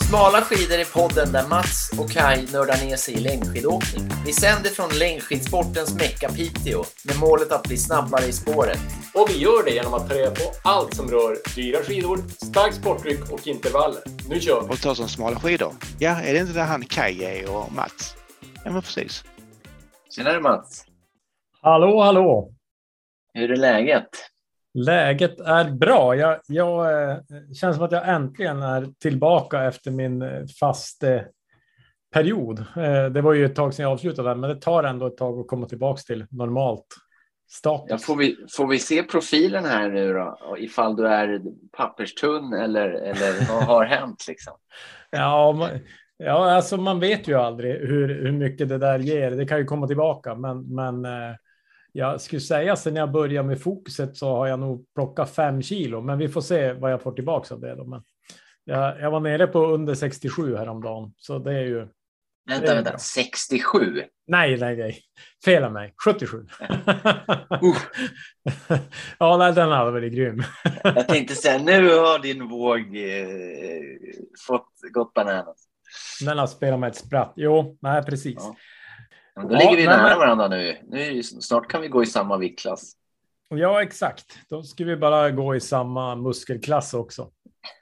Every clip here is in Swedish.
Smala skidor är podden där Mats och Kai nördar ner sig i längdskidåkning. Vi sänder från längdskidsportens Mecka Piteå med målet att bli snabbare i spåret. Och vi gör det genom att ta reda på allt som rör dyra skidor, stark sporttryck och intervaller. Nu kör vi! Och ta som smala skidor. Ja, är det inte där han Kai är och Mats? Ja, men precis. Tjenare Mats! Hallå, hallå! Hur är läget? Läget är bra. Jag känns som att jag äntligen är tillbaka efter min faste period. Det var ju ett tag sedan jag avslutade den, men det tar ändå ett tag att komma tillbaka till normalt status. Ja, får vi se profilen här nu då? Ifall du är papperstunn eller vad har hänt liksom? Ja, alltså man vet ju aldrig hur mycket det där ger. Det kan ju komma tillbaka, men jag skulle säga sen jag började med fokuset så har jag nog plockat 5 kilo. Men vi får se vad jag får tillbaka av det då. Men jag var nere på under 67 häromdagen. Så det är ju... Vänta, 67? Nej. Fel av mig. 77. Ja, nej, den hade varit grym. Jag tänkte säga, nu har din våg fått gott bananas. Den har spelat med ett spratt. Jo, nej, precis. Ja. Men då ligger vi nära varandra nu. Snart kan vi gå i samma viktklass. Ja, exakt. Då ska vi bara gå i samma muskelklass också.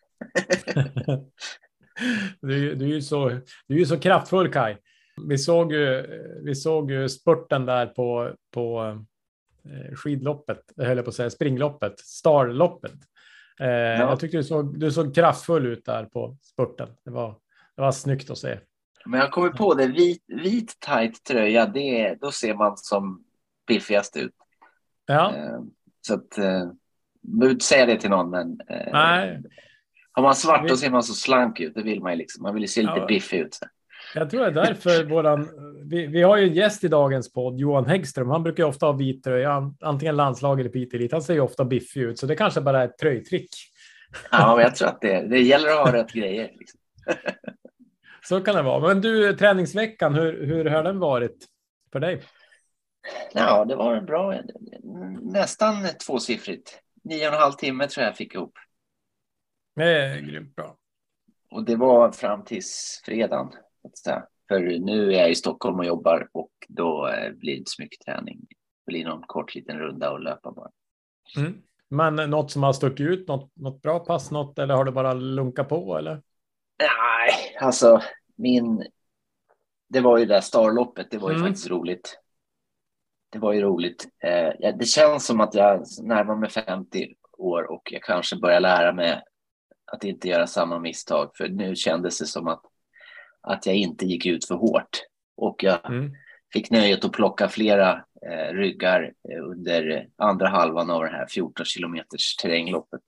Du är ju så kraftfull, Kai. Vi såg ju spurten där på skidloppet, jag höll på att säga springloppet, Starloppet. Ja. Jag tyckte du såg kraftfull ut där på spurten. Det var snyggt att se. Men jag kommer på det, vit tight tröja, då ser man som biffigast ut. Ja. Så att, nu säger det till någon, men nej. Har man svart då ser man så slank ut, det vill man ju liksom. Man vill ju se lite biffig ut. Så. Jag tror det är därför vi har ju en gäst i dagens podd, Johan Häggström. Han brukar ju ofta ha vit tröja, antingen landslag eller Piteå Elite. Han ser ju ofta biffig ut, så det kanske bara är ett tröjtrick. Ja, men jag tror att det gäller att ha rätt grejer. Liksom. Så kan det vara. Men du, träningsveckan, hur har den varit för dig? Ja, det var bra. Nästan 2-siffrigt. 9,5 timmar tror jag fick ihop. Det är grymt bra. Och det var fram tills fredagen. För nu är jag i Stockholm och jobbar och då blir det inte så mycket träning. Det blir någon kort liten runda och löpa bara. Mm. Men något som har stuckit ut, något bra pass, eller har du bara lunkat på eller? Nej, alltså det var ju det där Starloppet, det var ju faktiskt roligt. Det var ju roligt. Det känns som att jag närmar mig 50 år och jag kanske börjar lära mig att inte göra samma misstag. För nu kändes det som att jag inte gick ut för hårt. Och jag fick nöjet att plocka flera ryggar under andra halvan av det här 14 kilometers terrängloppet.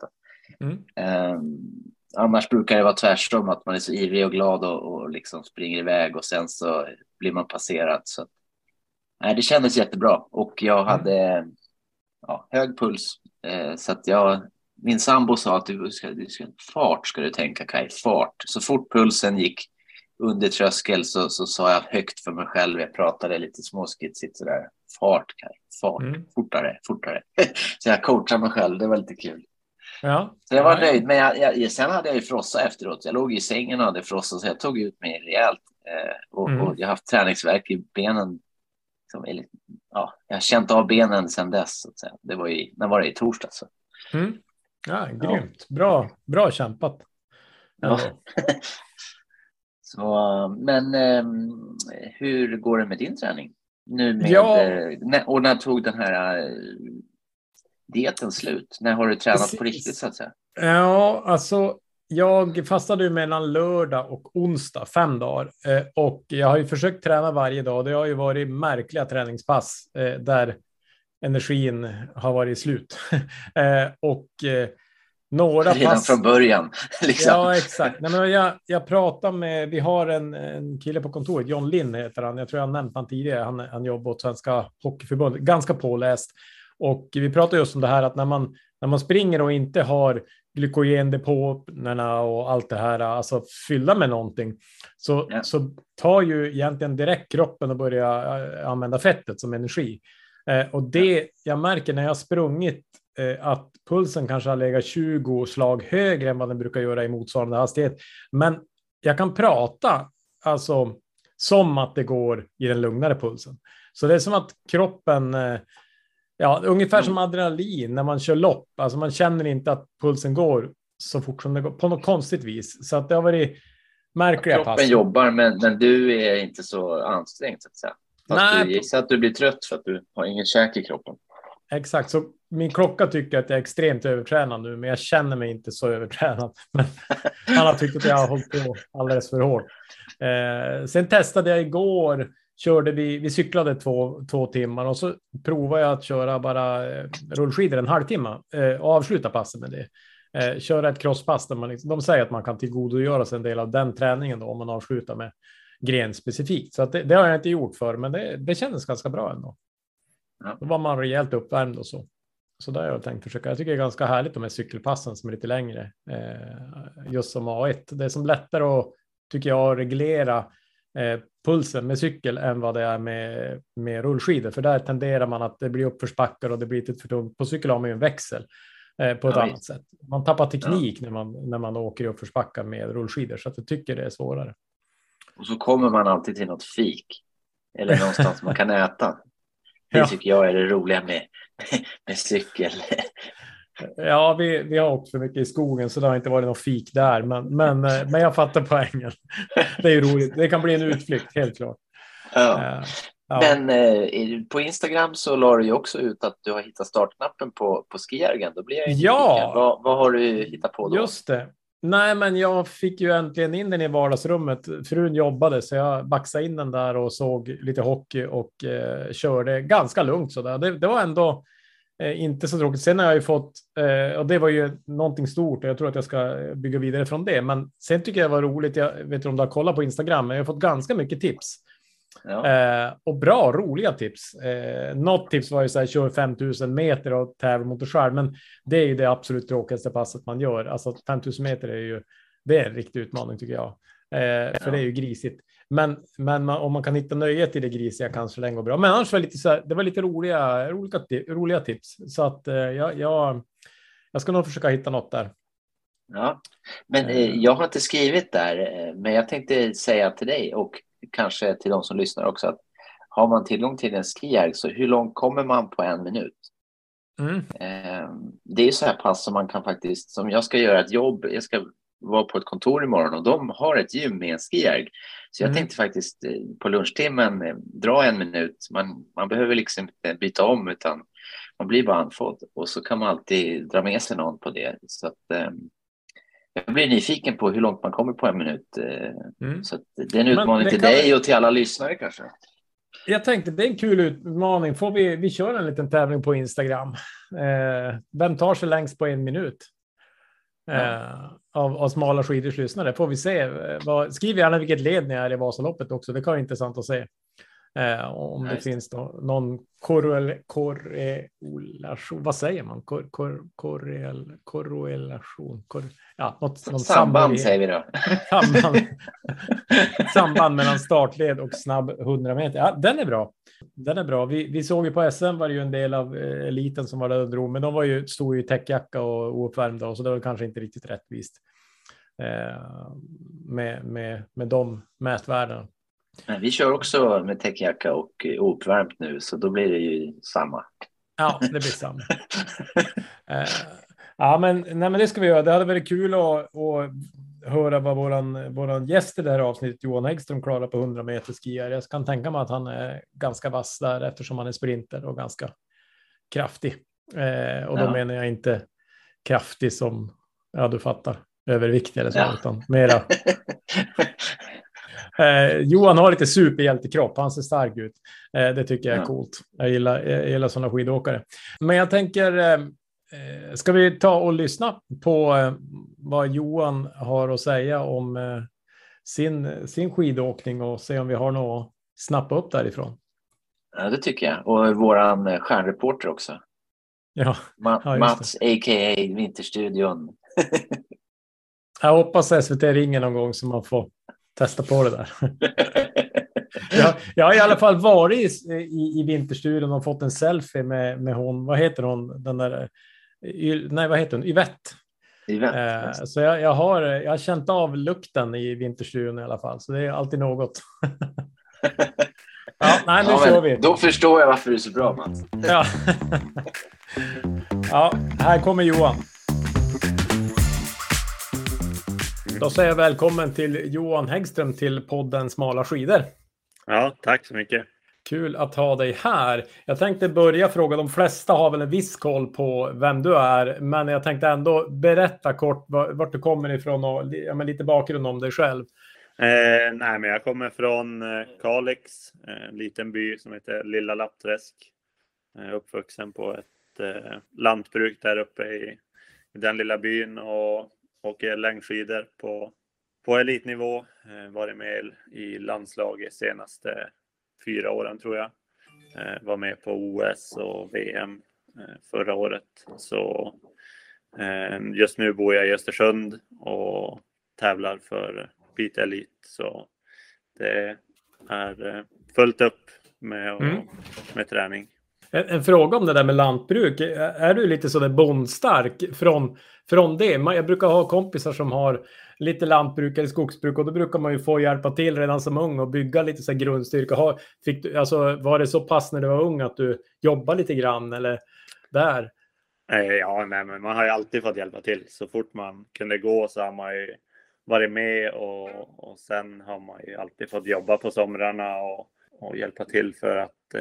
Annars brukar det vara tvärtom, att man är så ivrig och glad och liksom springer iväg och sen så blir man passerad. Så det kändes jättebra och jag hade hög puls. Så att min sambo sa att du ska fart ska du tänka, Kai, fart. Så fort pulsen gick under tröskel så sa jag högt för mig själv. Jag pratade lite småskitsigt sådär. Fart, Kai, fart, fortare. Så jag coachade mig själv, det var lite kul. Ja. Så jag var nöjd, men sen hade jag ju frossa efteråt. Jag låg i sängen och hade frossa så jag tog ut mig rejält. Och jag har haft träningsvärk i benen. Jag har känt av benen sedan dess. Så att säga. När var det i torsdag? Så. Ja, grymt. Bra kämpat. Ja. Så, men hur går det med din träning? Nu och när tog den här dieten slut? När har du tränat på riktigt så att säga? Ja, alltså jag fastade ju mellan lördag och onsdag 5 dagar. Och jag har ju försökt träna varje dag. Det har ju varit märkliga träningspass där energin har varit slut. Och några redan pass... från början. Liksom. Ja, exakt. Nej, men jag pratar med... Vi har en kille på kontoret, John Lind heter han. Jag tror jag har nämnt han tidigare. Han jobbar åt Svenska Hockeyförbundet. Ganska påläst. Och vi pratar just om det här att när man springer och inte har glykogendepåerna och allt det här, alltså fylla med någonting, så tar ju egentligen direkt kroppen och börjar använda fettet som energi. Och det jag märker när jag har sprungit att pulsen kanske har legat 20 slag högre än vad den brukar göra i motsvarande hastighet. Men jag kan prata alltså som att det går i den lugnare pulsen. Så det är som att kroppen, ungefär som adrenalin när man kör lopp. Alltså man känner inte att pulsen går så fort som det går på något konstigt vis. Så att det har varit märkliga pass. Kroppen jobbar, men du är inte så ansträngd så att säga. Fast du gissar att du blir trött för att du har ingen käk i kroppen. Exakt, så min klocka tycker att jag är extremt övertränad nu, men jag känner mig inte så övertränad. Men han har tyckt att jag har hållit på alldeles för hårt. Sen testade jag igår, vi cyklade två timmar och så provade jag att köra bara rullskidor en halvtimme och avsluta passet med det. Köra ett crosspass där man de säger att man kan tillgodogöra sig en del av den träningen då, om man avslutar med gren specifikt. Så att det har jag inte gjort för, men det kändes ganska bra ändå. Ja. Då var man rejält uppvärmd och så. Så där har jag tänkt försöka. Jag tycker det är ganska härligt med cykelpassen som är lite längre. Just som A1. Det är som lättare att, tycker jag, reglera pulsen med cykel än vad det är med rullskidor. För där tenderar man att det blir uppförsbackar och det blir lite för tungt. På cykel har man ju en växel på ett annat sätt. Man tappar teknik när man åker i uppförsbackar med rullskidor. Så att jag tycker det är svårare. Och så kommer man alltid till något fik. Eller någonstans man kan äta. Det tycker jag är det roliga med cykel. Ja, vi har åkt för mycket i skogen så det har inte varit något fik där. Men jag fattar poängen. Det är ju roligt. Det kan bli en utflykt, helt klart. Ja. Men på Instagram så la du ju också ut att du har hittat startknappen på skijärgen. Då blir jag nyfiken. Vad har du hittat på då? Just det. Nej, men jag fick ju äntligen in den i vardagsrummet. Frun jobbade så jag baxade in den där och såg lite hockey och körde ganska lugnt sådär. Det var ändå inte så tråkigt. Sen har jag ju fått, och det var ju någonting stort och jag tror att jag ska bygga vidare från det. Men sen tycker jag det var roligt, jag vet inte om du har kollat på Instagram, men jag har fått ganska mycket tips. Ja. Och bra, roliga tips. Något tips var ju så här, kör 5000 meter och tävla mot dig själv, men det är ju det absolut tråkigaste passet man gör. Alltså 5000 meter det är en riktig utmaning tycker jag. För det är ju grisigt. Men om man kan hitta nöjet i det grisiga kanske det går bra. Men annars var det lite så här, det var lite roliga tips. Så att jag ska nog försöka hitta något där. Ja, men jag har inte skrivit där, men jag tänkte säga till dig och kanske till de som lyssnar också att har man tillgång till en skijärg så hur långt kommer man på 1 minut? Det är så här pass som man kan faktiskt, som jag ska göra ett jobb, jag ska vara på ett kontor imorgon och de har ett gym med en skijärg. Så jag tänkte faktiskt på lunchtimmen dra 1 minut. Man behöver liksom inte byta om utan man blir bara andfådd och så kan man alltid dra med sig någon på det. Så att jag blir nyfiken på hur långt man kommer på 1 minut. Så att det är en utmaning till dig och till alla lyssnare kanske. Jag tänkte det är en kul utmaning. Får vi kör en liten tävling på Instagram. Vem tar sig längst på 1 minut? Av smala skidors lyssnare. Får vi se. Skriv gärna vilket led ni är i Vasaloppet också. Det kan vara intressant att se. Om det finns då någon korrelation. Vad säger man? Korrelation. Något samband säger vi då. Samband mellan startled och snabb 100 meter. Ja, den är bra. Den är bra. Vi såg ju på SM var det ju en del av eliten som var där och drog. Men de stod ju i täckjacka och ouppvärmda. Och så det var kanske inte riktigt rättvist. Med de mätvärdena. Men vi kör också med täckjacka och ouppvärmt nu, så då blir det ju samma. Ja, det blir samma. Men det ska vi göra. Det hade varit kul att höra vad våran gäst i det här avsnittet, Johan Häggström, klarar på 100 meter skier. Jag kan tänka mig att han är ganska vass där eftersom han är sprinter och ganska kraftig. Och då menar jag inte kraftig som, du fattar, överviktig eller så, utan mera... Johan har lite superhjältekropp. Han ser stark ut. Det tycker jag är coolt. Jag gillar sådana skidåkare. Men jag tänker, ska vi ta och lyssna på vad Johan har att säga om sin skidåkning och se om vi har något att snappa upp därifrån. Ja, det tycker jag. Och våran stjärnreporter också. Ja. Mats, a.k.a. Vinterstudion. Jag hoppas SVT ringer någon gång så man får testa på det där. Jag har i alla fall varit i Vinterstudion och fått en selfie med hon, vad heter hon, den där, nej vad heter hon, Yvette. Så jag har känt av lukten i vinterstudion i alla fall. Så det är alltid något. Ja, nej, nu kör vi. Då förstår jag varför du är så bra, Mats. Ja. Ja, här kommer Johan. Då säger jag välkommen till Johan Häggström till podden Smala skidor. Ja, tack så mycket. Kul att ha dig här. Jag tänkte börja fråga, de flesta har väl en viss koll på vem du är, men jag tänkte ändå berätta kort vart du kommer ifrån och lite bakgrund om dig själv. Nej, men jag kommer från Kalix, en liten by som heter Lilla Lappträsk. Uppvuxen på ett lantbruk där uppe i den lilla byn och åker längdskidor på elitnivå. Varit med i landslaget senaste 4 åren tror jag. Var med på OS och VM förra året. Så just nu bor jag i Östersund och tävlar för Piteå Elite. Så det är fullt upp med träning. En fråga om det där med lantbruk. Är du lite sådär bondstark från det? Jag brukar ha kompisar som har lite lantbruk eller skogsbruk och då brukar man ju få hjälpa till redan som ung och bygga lite så här grundstyrka. Var det så pass när du var ung att du jobbade lite grann eller där? Ja, nej, men man har ju alltid fått hjälpa till. Så fort man kunde gå så har man ju varit med och sen har man ju alltid fått jobba på somrarna och hjälpa till för att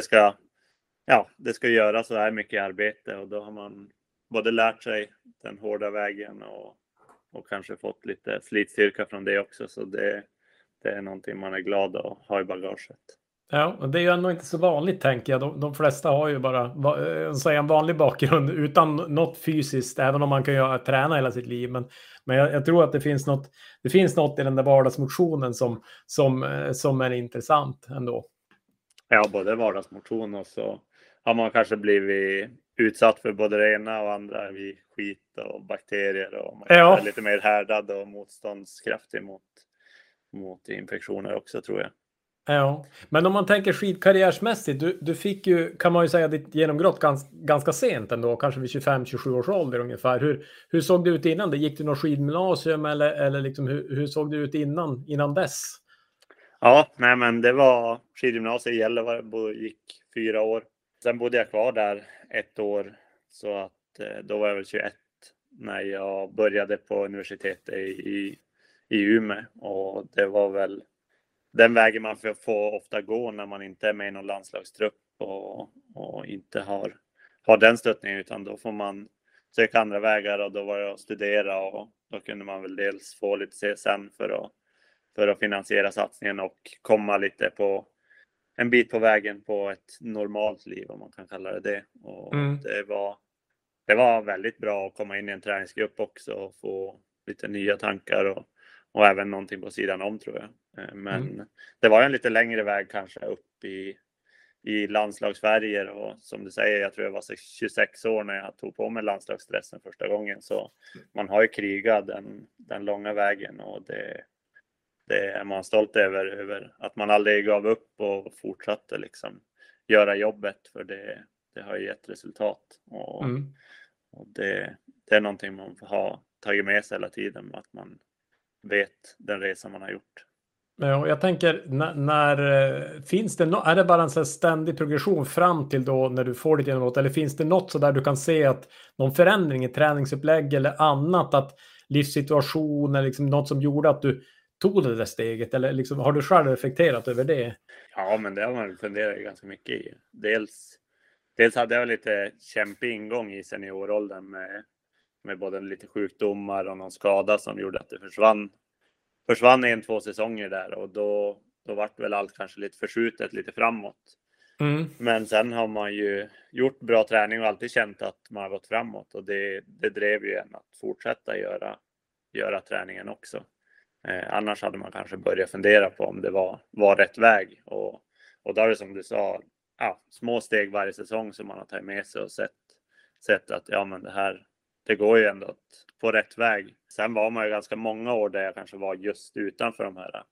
det ska göra så här mycket arbete och då har man både lärt sig den hårda vägen och kanske fått lite slitstyrka från det också. Så det är någonting man är glad att ha i bagaget. Ja, och det är ju ändå inte så vanligt tänker jag. De flesta har ju bara en vanlig bakgrund utan något fysiskt, även om man kan ju träna hela sitt liv. Men jag tror att det finns något i den där vardagsmotionen som är intressant ändå. Ja, både vardagsmotion och så har man kanske blivit utsatt för både det ena och andra vid skit och bakterier och man är lite mer härdad och motståndskraftig mot infektioner också tror jag. Ja, men om man tänker skidkarriärsmässigt, du fick ju, kan man ju säga, ditt genombrott ganska sent ändå, kanske vid 25-27 års ålder ungefär. Hur såg det ut innan? Gick du någon skidgymnasium eller liksom, hur såg det ut innan dess? Ja, nej men det var skidgymnasiet i Gällivare, gick 4 år. Sen bodde jag kvar där 1 år, så att då var jag väl 21 när jag började på universitetet i Umeå. Och det var väl den vägen man får ofta gå när man inte är med i någon landslagstrupp och inte har den stöttningen, utan då får man söka andra vägar. Och då var jag att studera och då kunde man väl dels få lite CSN för att finansiera satsningen och komma lite på en bit på vägen på ett normalt liv, om man kan kalla det. Och det var väldigt bra att komma in i en träningsgrupp också och få lite nya tankar och även någonting på sidan om tror jag. Men det var en lite längre väg kanske upp i landslagsfärger och som du säger, jag tror jag var 26 år när jag tog på mig landslagsstressen första gången. Så man har ju krigat den långa vägen och det är man stolt över att man aldrig gav upp och fortsatte liksom göra jobbet, för det har ju gett resultat och det är någonting man får ha tagit med sig hela tiden, att man vet den resa man har gjort. Ja, jag tänker när finns det är det bara en så ständig progression fram till då när du får ditt genombrott, eller finns det något så där du kan se att någon förändring i träningsupplägg eller annat, att livssituation eller liksom något som gjorde att du tog det där steget, eller liksom, har du själv reflekterat över det? Ja, men det har man funderat ganska mycket i. Dels hade jag lite kämpig ingång i senioråldern med både lite sjukdomar och någon skada som gjorde att det försvann 1-2 säsonger där, och då vart väl allt kanske lite förskjutet lite framåt. Men sen har man ju gjort bra träning och alltid känt att man har gått framåt, och det drev ju en att fortsätta göra träningen också. Annars hade man kanske börjat fundera på om det var rätt väg. Och då är det som du sa, små steg varje säsong som man har tagit med sig och sett att men det går ju ändå på rätt väg. Sen var man ju ganska många år där jag kanske var just utanför de här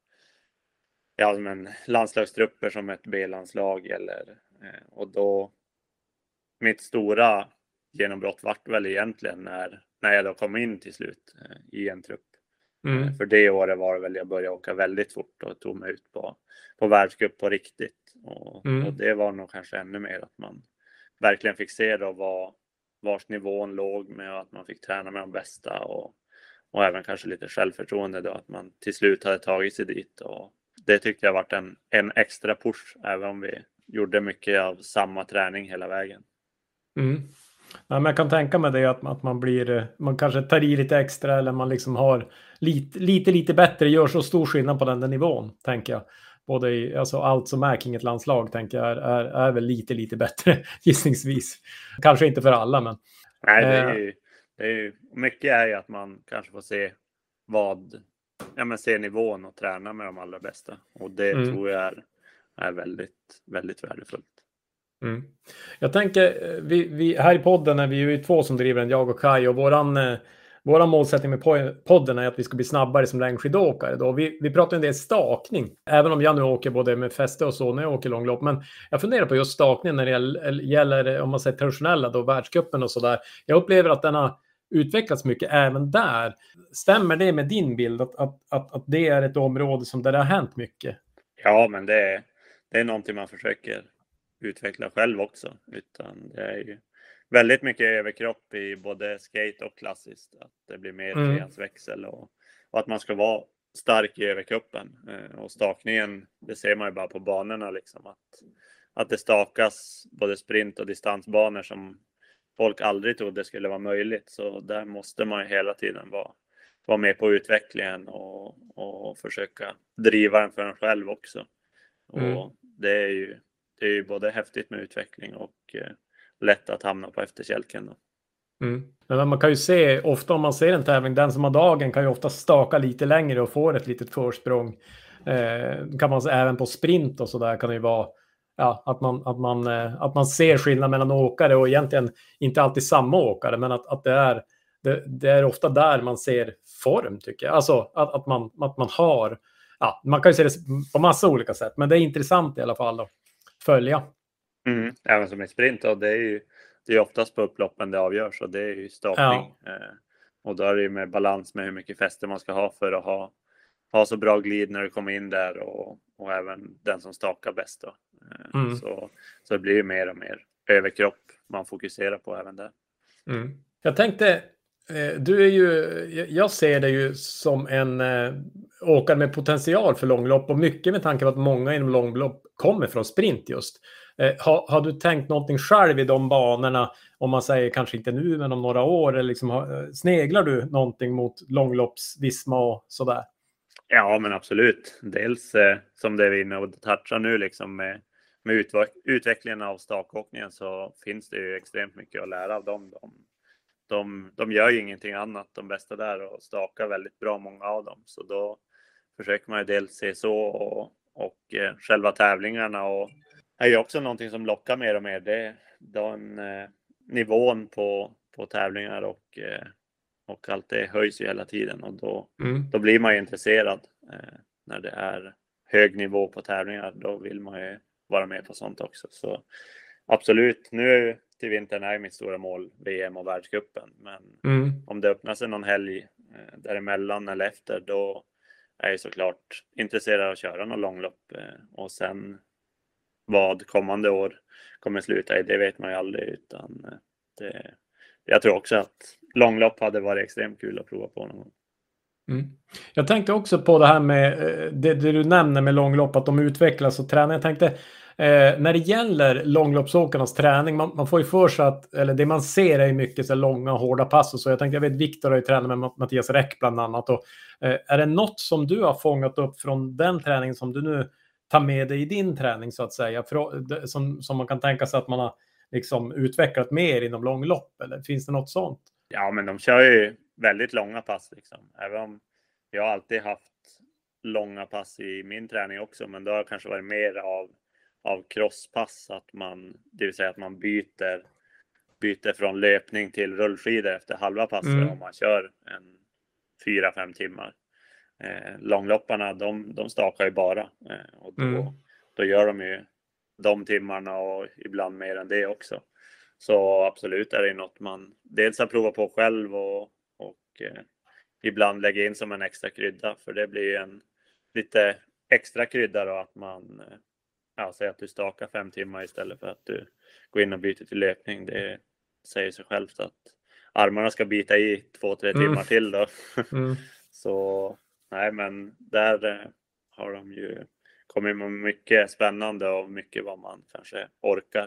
landslagstrupper som ett B-landslag och då mitt stora genombrott vart väl egentligen när jag då kom in till slut i en trupp. Mm. För det året var det väl jag började åka väldigt fort och tog mig ut på världscup på riktigt. Och det var nog kanske ännu mer att man verkligen fick se då vars nivån låg med, och att man fick träna med de bästa, och även kanske lite självförtroende då, att man till slut hade tagit sig dit. Och det tyckte jag varit en extra push, även om vi gjorde mycket av samma träning hela vägen. Mm. Ja, men jag kan tänka mig det att man kanske tar i lite extra, eller man liksom har lite bättre, gör så stor skillnad på den nivån, tänker jag. Både i, alltså allt som är kring ett landslag, tänker jag, är väl lite bättre gissningsvis. Kanske inte för alla, men... Nej, det är ju mycket är ju att man kanske får se se nivån och träna med de allra bästa. Och det tror jag är väldigt, väldigt värdefullt. Mm. Jag tänker, vi här i podden är vi ju 2 som driver den, jag och Kai, och våran målsättning med podden är att vi ska bli snabbare som längdskidåkare. Då. Vi pratar en del stakning, även om jag nu åker både med fäste och så när jag åker långlopp. Men jag funderar på just stakning när det gäller, om man säger traditionella då, världscupen och sådär. Jag upplever att den har utvecklats mycket även där. Stämmer det med din bild att det är ett område där det har hänt mycket? Ja, men det är någonting man försöker utveckla själv också. Utan det är ju väldigt mycket överkropp i både skate och klassiskt. Att det blir mer trehandsväxel och att man ska vara stark i överkroppen. Och stakningen, det ser man ju bara på banorna liksom. Att det stakas både sprint och distansbanor som folk aldrig trodde skulle vara möjligt. Så där måste man ju hela tiden vara med på utvecklingen och försöka driva den för en själv också. Och det är ju både häftigt med utveckling och lätt att hamna på efterkälken då. Men man kan ju se, ofta om man ser en tävling, den som har dagen kan ju ofta staka lite längre och få ett litet försprång. Kan man säga, även på sprint och så där kan det ju vara att man ser skillnad mellan åkare, och egentligen inte alltid samma åkare, men att det är ofta där man ser form, tycker jag. Alltså att man har, man kan ju se det på massa olika sätt, men det är intressant i alla fall att följa. Även som i sprint, och det är oftast på upploppen det avgörs, och det är ju stakning. Och då är det ju med balans med hur mycket fäste man ska ha för att ha så bra glid när du kommer in där, och även den som stakar bäst då. Så det blir ju mer och mer överkropp man fokuserar på även där. Jag tänkte, jag ser dig ju som en åkare med potential för långlopp, och mycket med tanke på att många inom långlopp kommer från sprint just. Har du tänkt någonting själv i de banorna, om man säger kanske inte nu men om några år, eller liksom, sneglar du någonting mot långloppsvisma och sådär? Ja, men absolut. Dels som det är vi inne och touchar nu liksom med utvecklingen av stakåkningen, så finns det ju extremt mycket att lära av dem. De gör ju ingenting annat, de bästa där, och stakar väldigt bra, många av dem. Så då försöker man ju dels se så, och själva tävlingarna, och är ju också någonting som lockar mer och mer. Det den nivån på tävlingar och allt det höjs ju hela tiden, och då blir man ju intresserad när det är hög nivå på tävlingar. Då vill man ju vara med på sånt också. Så absolut, nu till vintern är mitt stora mål VM och världscupen, men om det öppnar sig någon helg däremellan eller efter, då är jag såklart intresserad av att köra någon långlopp, och sen vad kommande år kommer sluta i, det vet man ju aldrig, utan jag tror också att långlopp hade varit extremt kul att prova på någon gång. Jag tänkte också på det här med det du nämner med långlopp, att de utvecklas och tränar. Jag tänkte, när det gäller långloppsåkarnas träning, man får ju för sig att, eller det man ser är mycket så långa hårda pass och så. Jag vet Viktor har ju tränat med Mattias Räck bland annat, och är det något som du har fångat upp från den träningen som du nu tar med dig i din träning, så att säga, som man kan tänka sig att man har liksom utvecklat mer inom långlopp, eller finns det något sånt? Ja, men de kör ju väldigt långa pass liksom. Även om jag alltid haft långa pass i min träning också, men då har det kanske varit mer av crosspass, det vill säga att man byter från löpning till rullskidor efter halva passet, om man kör 4-5 timmar. Långlopparna, de stakar ju bara, och då gör de ju de timmarna och ibland mer än det också. Så absolut är det något man dels har provat på själv ibland lägga in som en extra krydda, för det blir en lite extra krydda då att man säger att du stakar 5 timmar istället för att du går in och byter till löpning. Det säger sig självt att armarna ska bita i 2-3 timmar till då. Så nej, men där har de ju kommit med mycket spännande och mycket vad man kanske orkar.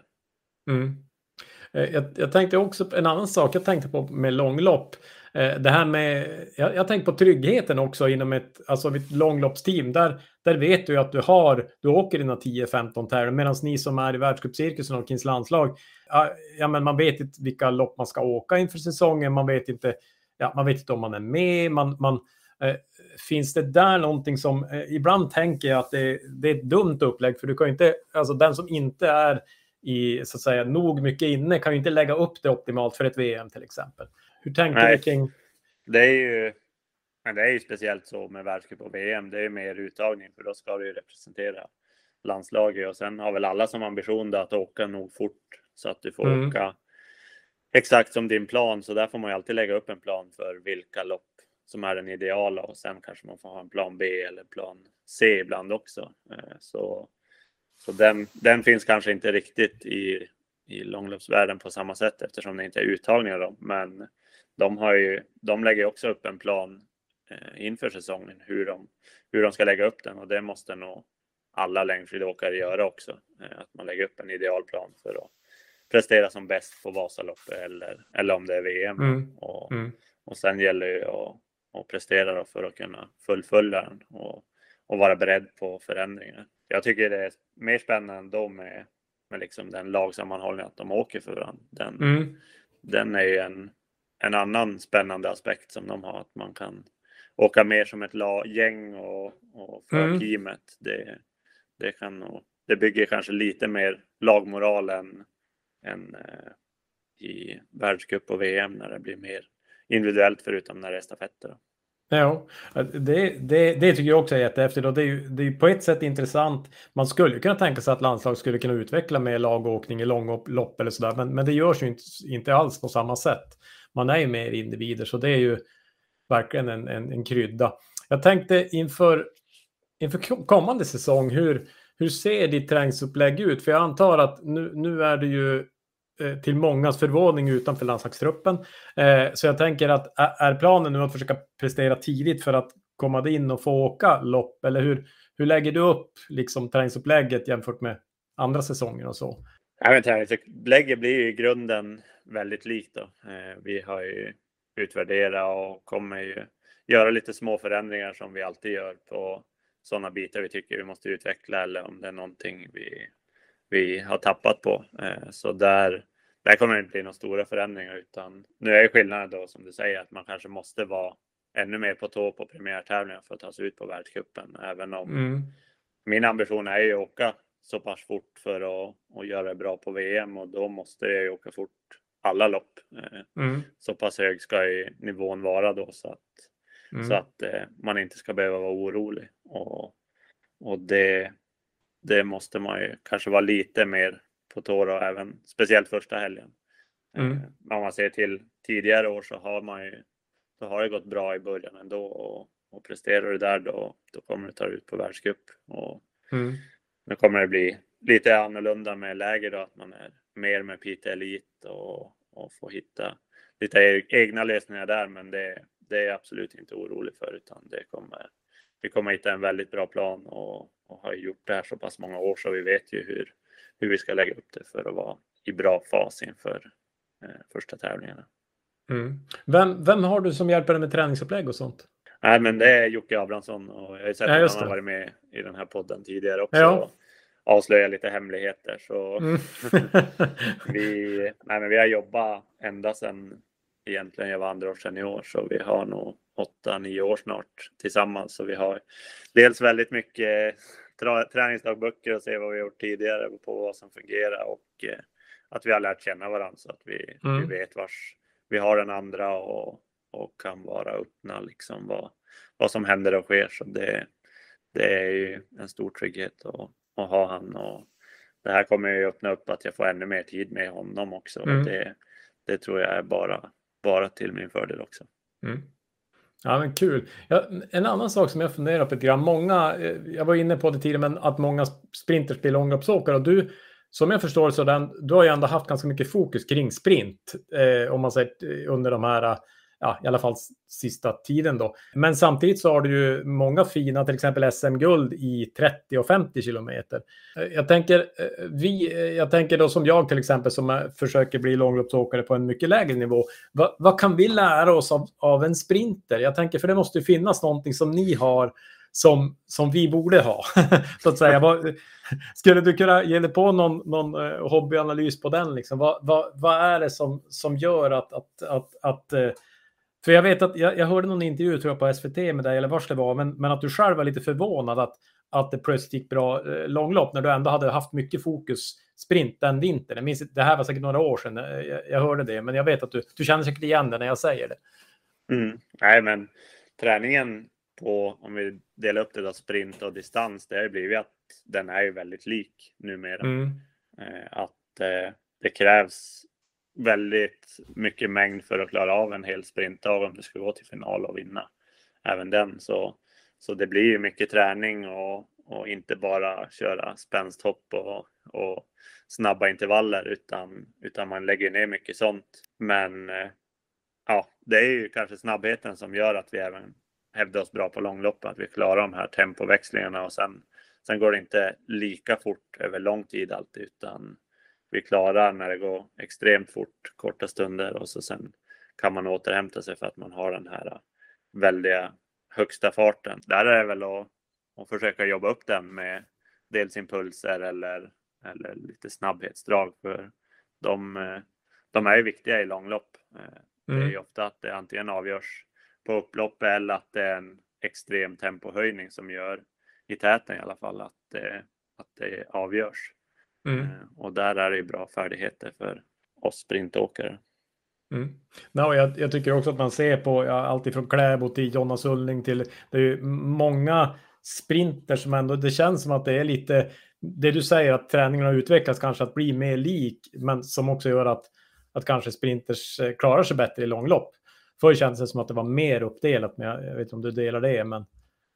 Jag tänkte också en annan sak jag tänkte på med långlopp. Det här med, jag tänkte på tryggheten också inom ett långloppsteam. Där vet du ju att du åker dina 10-15 tävlingar, medan ni som är i världscupcirkusen och Kings landslag, men man vet inte vilka lopp man ska åka inför säsongen. Man vet inte om man är med. Finns det där någonting som ibland tänker jag att det är ett dumt upplägg, för du kan ju inte, alltså den som inte är i så att säga nog mycket inne kan ju inte lägga upp det optimalt för ett VM till exempel. Hur tänker du kring? Det är ju speciellt så med världscup och VM. Det är mer uttagning, för då ska du ju representera landslaget, och sen har väl alla som ambition att åka nog fort så att du får åka exakt som din plan. Så där får man ju alltid lägga upp en plan för vilka lopp som är den ideala, och sen kanske man får ha en plan B eller plan C ibland också. Så den finns kanske inte riktigt i långloppsvärlden på samma sätt, eftersom det inte är uttagningar då. Men de lägger också upp en plan inför säsongen hur de ska lägga upp den, och det måste nog alla längdskidåkare göra också. Att man lägger upp en idealplan för att prestera som bäst på Vasaloppet eller om det är VM. Och sen gäller det att prestera då för att kunna fullfölja den och vara beredd på förändringar. Jag tycker det är mer spännande då med liksom den lagsammanhållningen, att de åker för varandra. Den är ju en annan spännande aspekt som de har, att man kan åka mer som ett gäng och för teamet. Det bygger kanske lite mer lagmoral än i världscup och VM, när det blir mer individuellt, förutom när det är stafetter. Ja, det tycker jag också är jättehäftigt, och det är ju på ett sätt intressant. Man skulle kunna tänka sig att landslag skulle kunna utveckla med lagåkning i långlopp eller sådär, men det görs ju inte alls på samma sätt. Man är ju mer individer, så det är ju verkligen en krydda. Jag tänkte inför kommande säsong, hur ser ditt träningsupplägg ut? För jag antar att nu är det ju till mångas förvåning utanför landslagstruppen. Så jag tänker att är planen nu att försöka prestera tidigt för att komma in och få åka lopp? Eller hur lägger du upp liksom träningsupplägget jämfört med andra säsonger och så? Träningsupplägget blir ju i grunden väldigt likt då. Vi har ju utvärderat och kommer ju göra lite små förändringar som vi alltid gör på sådana bitar vi tycker vi måste utveckla, eller om det är någonting vi har tappat på. Så där kommer det inte bli några stora förändringar, utan nu är skillnaden då, som du säger, att man kanske måste vara ännu mer på tå på premiärtävlingar för att ta sig ut på världscupen. Även om min ambition är ju att åka så pass fort för att göra det bra på VM, och då måste jag ju åka fort alla lopp. Så pass hög ska ju nivån vara då, så att man inte ska behöva vara orolig. Och det måste man ju kanske vara lite mer på tå då, även speciellt första helgen. Om man ser till tidigare år så har det gått bra i början ändå, och presterar du där då kommer du ta ut på världscup. Och nu kommer det bli lite annorlunda med läger då, att man är mer med Pite Elite och får hitta lite egna lösningar där, men det är jag absolut inte orolig för, utan vi kommer hitta en väldigt bra plan och har gjort det här så pass många år, så vi vet ju hur vi ska lägga upp det för att vara i bra fas inför första tävlingarna. Vem har du som hjälper dig med träningsupplägg och sånt? Nej, men det är Jocke Abrahamsson, och jag har sett att han har varit med i den här podden tidigare också. Ja. Avslöja lite hemligheter. Så vi har jobbat ända sedan egentligen jag var andra år sedan i år, så vi har nog 8-9 år snart tillsammans. Så vi har dels väldigt mycket träningsdagböcker och se vad vi har gjort tidigare på vad som fungerar, och att vi har lärt känna varandra, så att vi vet vars vi har den andra och kan vara öppna liksom vad som händer och sker. Så det är ju en stor trygghet att ha han, och det här kommer ju öppna upp att jag får ännu mer tid med honom också. Och det tror jag är bara till min fördel också. Ja, men kul. Ja, en annan sak som jag funderar på lite grann. Många, jag var inne på det tidigare, men att många sprinters blir långloppsåkare. Och du, som jag förstår så du har ju ändå haft ganska mycket fokus kring sprint. Om man säger under de här, ja, i alla fall sista tiden då. Men samtidigt så har du ju många fina, till exempel SM-guld i 30 och 50 kilometer. Jag tänker då som jag till exempel som försöker bli långloppsåkare på en mycket lägre nivå. Vad kan vi lära oss av en sprinter? Jag tänker, för det måste ju finnas någonting som ni har som vi borde ha, så att säga. Skulle du kunna ge dig på någon hobbyanalys på den? Liksom? Vad är det som gör att för jag vet att jag hörde någon intervju tror jag på SVT med dig eller vars det var, men att du själv var lite förvånad att det plötsligt gick bra långlopp när du ändå hade haft mycket fokus sprint den vintern. Jag minns, det här var säkert några år sedan jag hörde det, men jag vet att du känner säkert igen det när jag säger det. Nej, men träningen på, om vi delar upp det då, sprint och distans, det har blivit att den är ju väldigt lik numera. Det krävs väldigt mycket mängd för att klara av en hel sprintdag om du ska gå till final och vinna även den. Så det blir ju mycket träning och inte bara köra spänsthopp och snabba intervaller utan man lägger ner mycket sånt. Men ja, det är ju kanske snabbheten som gör att vi även hävdar oss bra på långlopp, att vi klarar de här tempoväxlingarna och sen går det inte lika fort över lång tid alltid, utan vi klarar när det går extremt fort korta stunder och så sen kan man återhämta sig för att man har den här väldiga högsta farten. Där är det väl att försöka jobba upp den med dels impulser eller lite snabbhetsdrag, för de är ju viktiga i långlopp. Det är ju ofta att det antingen avgörs på upplopp eller att det är en extrem tempohöjning som gör i täten i alla fall att det avgörs. Och där är det ju bra färdigheter för oss sprintåkare. Jag tycker också att man ser på allt ifrån Kläbo till Jonas Ulling till det är ju många sprinter som ändå, det känns som att det är lite det du säger, att träningen har utvecklats kanske att bli mer lik, men som också gör att kanske sprinters klarar sig bättre i långlopp. Förr kändes det som att det var mer uppdelat, men jag vet inte om du delar det, men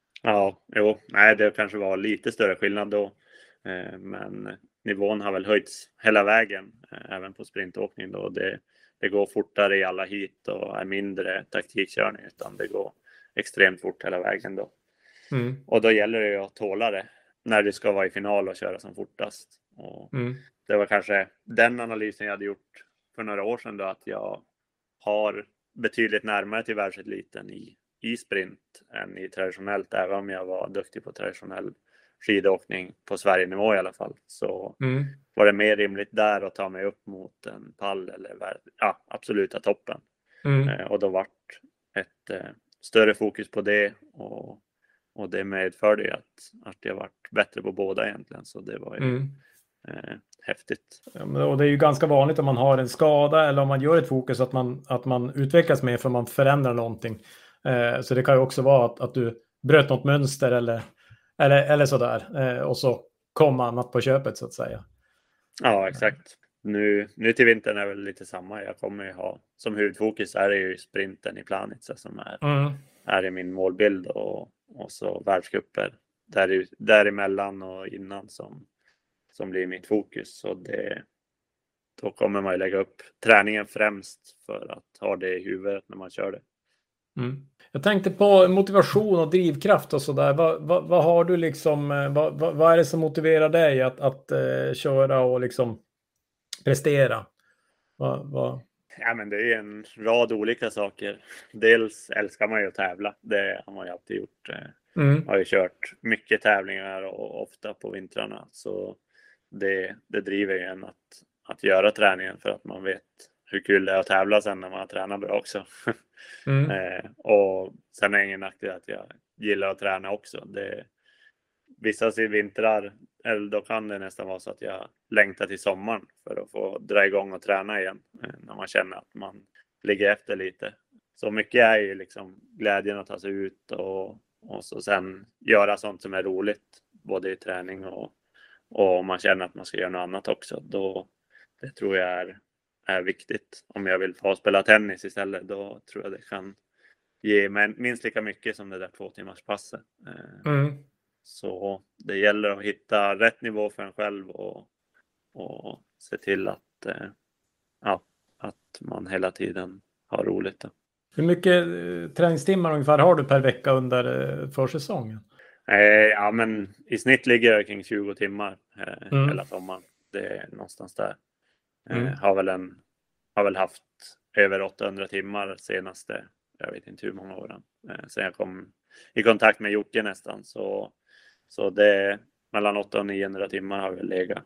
det kanske var lite större skillnad då, men nivån har väl höjts hela vägen även på sprintåkning då. Det går fortare i alla hit och är mindre taktikkörning, utan det går extremt fort hela vägen då. Och då gäller det ju att tåla det när du ska vara i final och köra som fortast. Och det var kanske den analysen jag hade gjort för några år sedan då, att jag har betydligt närmare till världseliten i sprint än i traditionellt, även om jag var duktig på traditionell skidåkning på Sverige-nivå i alla fall, så var det mer rimligt där att ta mig upp mot en pall eller absoluta toppen. Och då vart ett större fokus på det, och det medförde ju att jag vart bättre på båda egentligen, så det var ju häftigt. Och det är ju ganska vanligt om man har en skada eller om man gör ett fokus att man utvecklas mer för man förändrar någonting. Så det kan ju också vara att du bröt något mönster eller sådär. Och så kom annat på köpet så att säga. Ja, exakt. Nu till vintern är väl lite samma. Jag kommer ju ha som huvudfokus är det ju sprinten i Planica som är i min målbild, och så världscuper däremellan och innan som blir mitt fokus. Så då kommer man ju lägga upp träningen främst för att ha det i huvudet när man kör det. Jag tänkte på motivation och drivkraft och sådär. Vad har du liksom, vad är det som motiverar dig att köra och liksom prestera? Ja, men det är en rad olika saker. Dels älskar man ju att tävla. Det har man ju alltid gjort. Har ju kört mycket tävlingar och ofta på vintrarna. Så det driver ju en att göra träningen, för att man vet hur kul det är att tävla sen när man har tränat bra också. Och sen är det ingen nackdel att jag gillar att träna också. Vissa vintrar, eller då kan det nästan vara så att jag längtar till sommaren för att få dra igång och träna igen när man känner att man ligger efter lite. Så mycket är ju liksom glädjen att ta sig ut och så sen göra sånt som är roligt både i träning och man känner att man ska göra något annat också. Det tror jag är viktigt. Om jag vill få spela tennis istället, då tror jag det kan ge minst lika mycket som det där 2 timmars passet. Så det gäller att hitta rätt nivå för en själv och se till att man hela tiden har roligt. Då. Hur mycket träningstimmar ungefär har du per vecka under försäsongen? Ja, men i snitt ligger det kring 20 timmar hela sommaren. Det är någonstans där. Har väl haft över 800 timmar senaste, jag vet inte hur många åren. Sen jag kom i kontakt med Jocke nästan. Så det är mellan 800 och 900 timmar har vi legat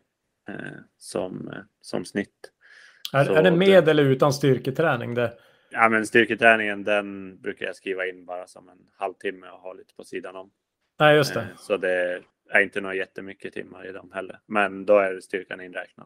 som snitt. Är det med eller utan styrketräning? Ja, men styrketräningen, den brukar jag skriva in bara som en halvtimme och ha lite på sidan om. Nej, just det. Så det är inte några jättemycket timmar i dem heller. Men då är styrkan inräknad.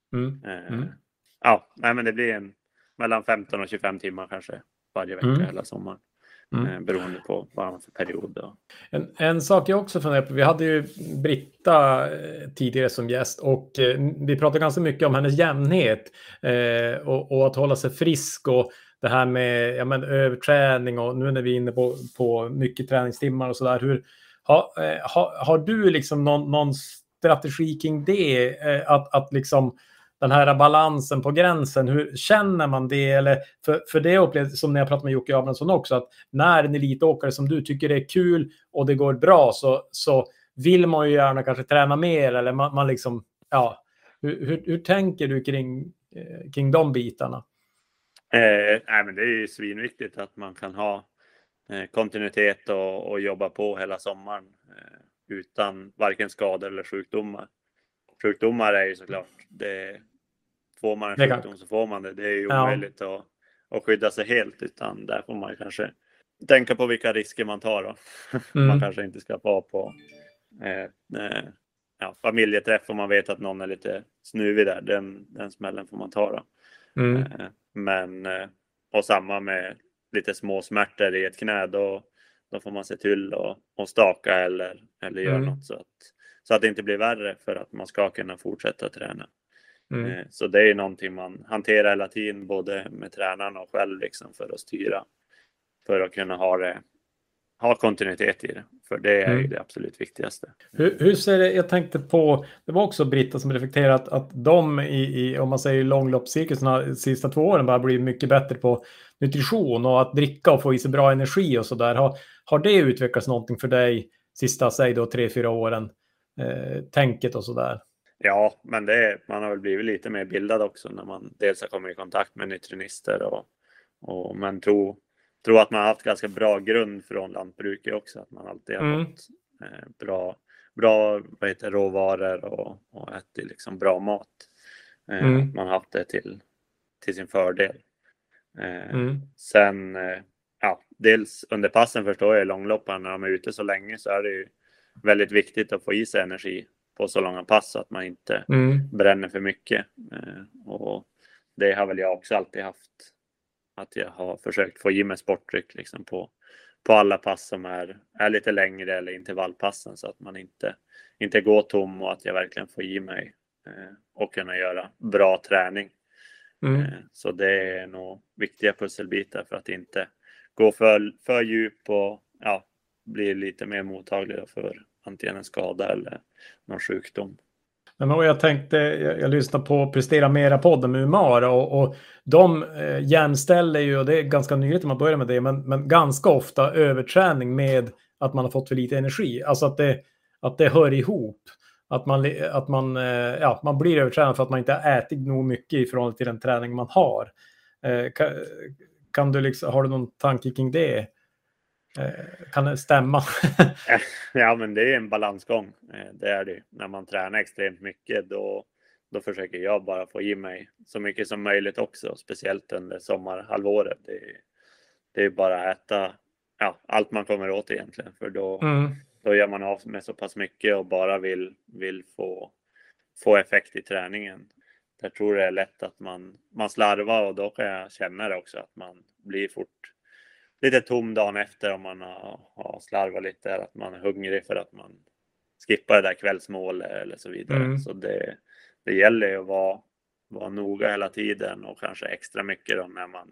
Ja, nej, men det blir mellan 15 och 25 timmar kanske varje vecka hela sommaren. Beroende på vad man för period. En sak jag också funderar på, vi hade ju Britta tidigare som gäst och vi pratade ganska mycket om hennes jämnhet och att hålla sig frisk och det här med överträning och nu när vi är inne på mycket träningstimmar och sådär. Har du liksom någon strategi kring det? Att liksom den här balansen på gränsen, hur känner man det? Eller för det upplevs som när jag pratade med Jocke Abrahamsson också, att när en elitåkare som du tycker det är kul och det går bra så vill man ju gärna kanske träna mer eller man liksom, ja. Hur tänker du kring de bitarna? Nej, men det är ju svinviktigt att man kan ha kontinuitet och jobba på hela sommaren utan varken skador eller sjukdomar. Sjukdomar är ju såklart, får man en sjukdom så får man det. Det är ju omöjligt att skydda sig helt, utan där får man kanske tänka på vilka risker man tar då. Man kanske inte ska vara på familjeträff om man vet att någon är lite snuvig där. Den smällen får man ta då. Men och samma med lite små smärtor i ett knä, då får man se till och staka eller göra något så att det inte blir värre för att man ska kunna fortsätta träna. Så det är någonting man hanterar hela tiden, både med tränaren och själv liksom, för att styra, för att kunna ha kontinuitet i det. För det är ju det absolut viktigaste. Hur ser det, jag tänkte på, det var också Britta som reflekterat att de om man säger långloppscirkusen de sista 2 åren bara blivit mycket bättre på nutrition och att dricka och få i sig bra energi och sådär. Har det utvecklats någonting för dig sista, säg då 3-4 åren? Tänket och sådär. Ja, men man har väl blivit lite mer bildad också när man dels har kommit i kontakt med nutritionister och man tror att man har haft ganska bra grund från lantbruket också, att man alltid har fått bra råvaror och ätit liksom bra mat. Man har haft det till sin fördel. Sen dels under passen förstår jag, långlopparen när de är ute så länge, så är det ju väldigt viktigt att få i sig energi på så långa pass så att man inte bränner för mycket. Och det har väl jag också alltid haft. Att jag har försökt få i mig sportdryck liksom på alla pass som är lite längre eller intervallpassen, så att man inte går tom och att jag verkligen får i mig och kunna göra bra träning. Så det är nog viktiga pusselbitar för att inte gå för djup och bli lite mer mottaglig för antingen en skada eller någon sjukdom. Men jag lyssnar på Prestera Mera-podden med Umar och de jämställer ju, och det är ganska nyligt att man börjar med det, men ganska ofta överträning med att man har fått för lite energi. Alltså att det hör ihop. Att man blir övertränad för att man inte har ätit nog mycket i förhållande till den träning man har. Kan du har du någon tanke kring det? Kan det stämma? Ja, men det är en balansgång. Det är det. När man tränar extremt mycket då försöker jag bara få i mig så mycket som möjligt också. Speciellt under sommarhalvåret. Det är bara att äta allt man kommer åt egentligen. För då gör man av med så pass mycket och bara vill få effekt i träningen. Jag tror det är lätt att man slarvar, och då kan jag känna det också att man blir fort lite tom dagen efter om man har slarvat lite, att man är hungrig för att man skippar det där kvällsmålet eller så vidare. Så det gäller ju att vara noga hela tiden, och kanske extra mycket då när man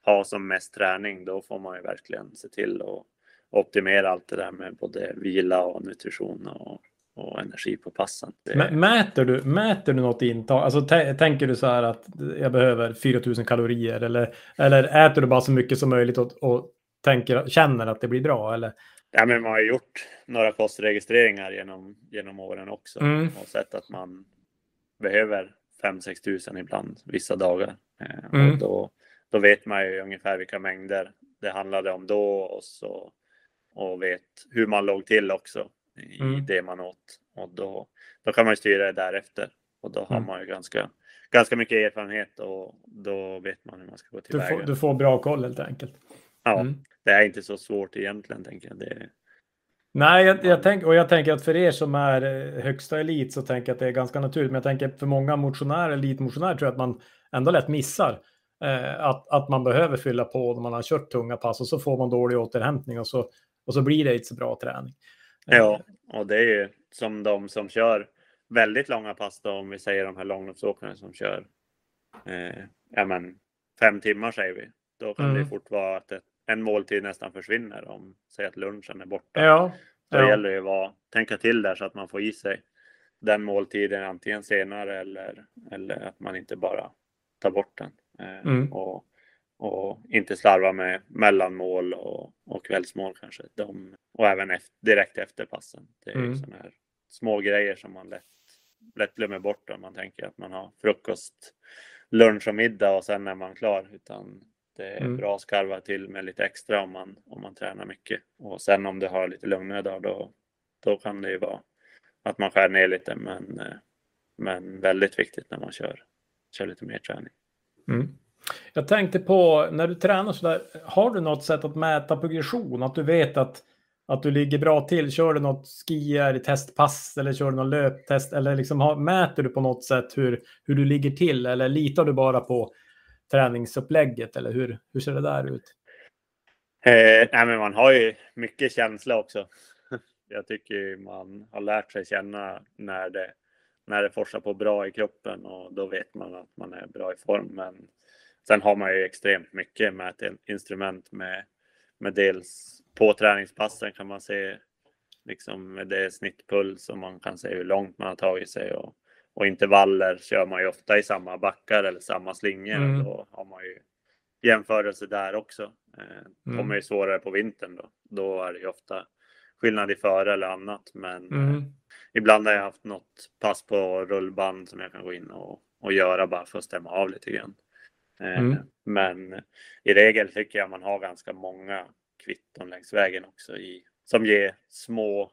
ha som mest träning, då får man ju verkligen se till att optimera allt det där med både vila och nutrition och energi på passen. Mäter du något intag? Alltså tänker du så här att jag behöver 4000 kalorier eller äter du bara så mycket som möjligt och känner att det blir bra? Eller? Ja, men man har gjort några kostregistreringar genom åren också och sett att man behöver 5-6 tusen ibland vissa dagar. Och då vet man ju ungefär vilka mängder det handlade om då och vet hur man låg till också i det man åt. Och då kan man styra det därefter. Och då har man ju ganska mycket erfarenhet och då vet man hur man ska gå tillväga. Du får bra koll helt enkelt. Ja, det är inte så svårt egentligen, tänker jag. Nej, jag tänker att för er som är högsta elit så tänker jag att det är ganska naturligt. Men jag tänker för många elitmotionärer tror jag att man ändå lätt missar att man behöver fylla på när man har kört tunga pass och så får man dålig återhämtning och så blir det inte så bra träning. Ja, och det är ju som de som kör väldigt långa pass då, om vi säger de här långloppsåkarna som kör 5 timmar säger vi. Då kan det fort vara att en måltid nästan försvinner om säg att lunchen är borta. Då gäller det ju att tänka till där så att man får i sig den måltiden antingen senare eller att man inte bara tar bort den. Och inte slarva med mellanmål och kvällsmål kanske. Och även direkt efter passen. Det är ju sådana här små grejer som man lätt glömmer bort om man tänker att man har frukost, lunch och middag och sen är man klar. Utan det är bra att skarva till med lite extra om man tränar mycket. Och sen om du har lite lugnare dag då kan det ju vara att man skär ner lite. Men väldigt viktigt när man kör lite mer träning. Jag tänkte på, när du tränar så där, har du något sätt att mäta progression? Att du vet att du ligger bra till? Kör du något skier i testpass eller kör du något löptest? Eller liksom mäter du på något sätt hur du ligger till? Eller litar du bara på träningsupplägget? Eller hur ser det där ut? Nej, men man har ju mycket känsla också. Jag tycker man har lärt sig känna när det forsar på bra i kroppen och då vet man att man är bra i form. Men sen har man ju extremt mycket med ett instrument med dels på träningspassen kan man se liksom med det snittpuls och man kan se hur långt man har tagit sig och intervaller kör man ju ofta i samma backar eller samma slingor och då har man ju jämförelse där också. De är ju svårare på vintern då är det ju ofta skillnad i före eller annat men ibland har jag haft något pass på rullband som jag kan gå in och göra bara för att stämma av lite grann. Men i regel tycker jag man har ganska många kvitton längs vägen också som ger små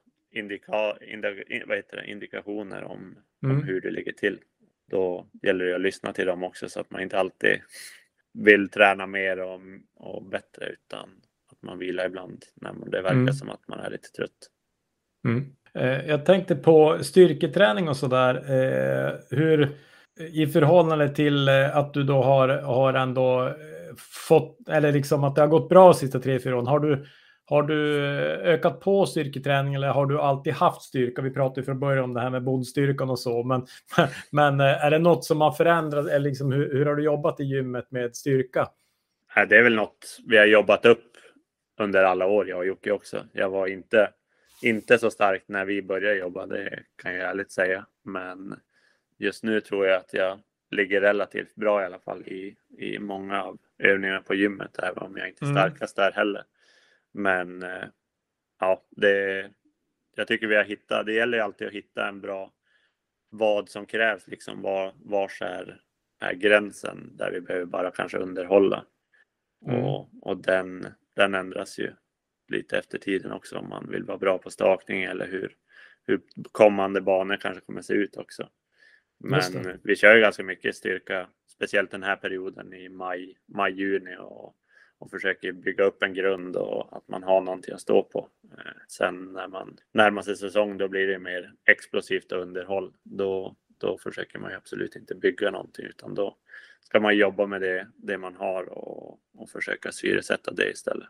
indikationer om hur det ligger till. Då gäller det att lyssna till dem också så att man inte alltid vill träna mer och bättre utan att man vilar ibland när det verkar som att man är lite trött. Jag tänkte på styrketräning och sådär. Hur i förhållande till att du då har ändå fått, eller liksom att det har gått bra sista 3-4 åren. Har du ökat på styrketräning eller har du alltid haft styrka? Vi pratade från början om det här med bondstyrkan och så. Men är det något som har förändrats? Eller liksom, hur har du jobbat i gymmet med styrka? Det är väl något vi har jobbat upp under alla år, jag och Jocke också. Jag var inte så stark när vi började jobba, det kan jag ärligt säga. Men just nu tror jag att jag ligger relativt bra i alla fall i många av övningarna på gymmet. Även om jag inte är starkast där heller. Men ja, jag tycker vi har hittat, det gäller alltid att hitta en bra vad som krävs. Liksom vars är gränsen där vi behöver bara kanske underhålla. Och den ändras ju lite efter tiden också om man vill vara bra på stakning eller hur kommande banor kanske kommer se ut också. Men vi kör ju ganska mycket styrka, speciellt den här perioden i maj-juni och försöker bygga upp en grund och att man har någonting att stå på. Sen när man närmar sig säsong då blir det mer explosivt och underhåll. Då försöker man ju absolut inte bygga någonting utan då ska man jobba med det man har och försöka syresätta det istället.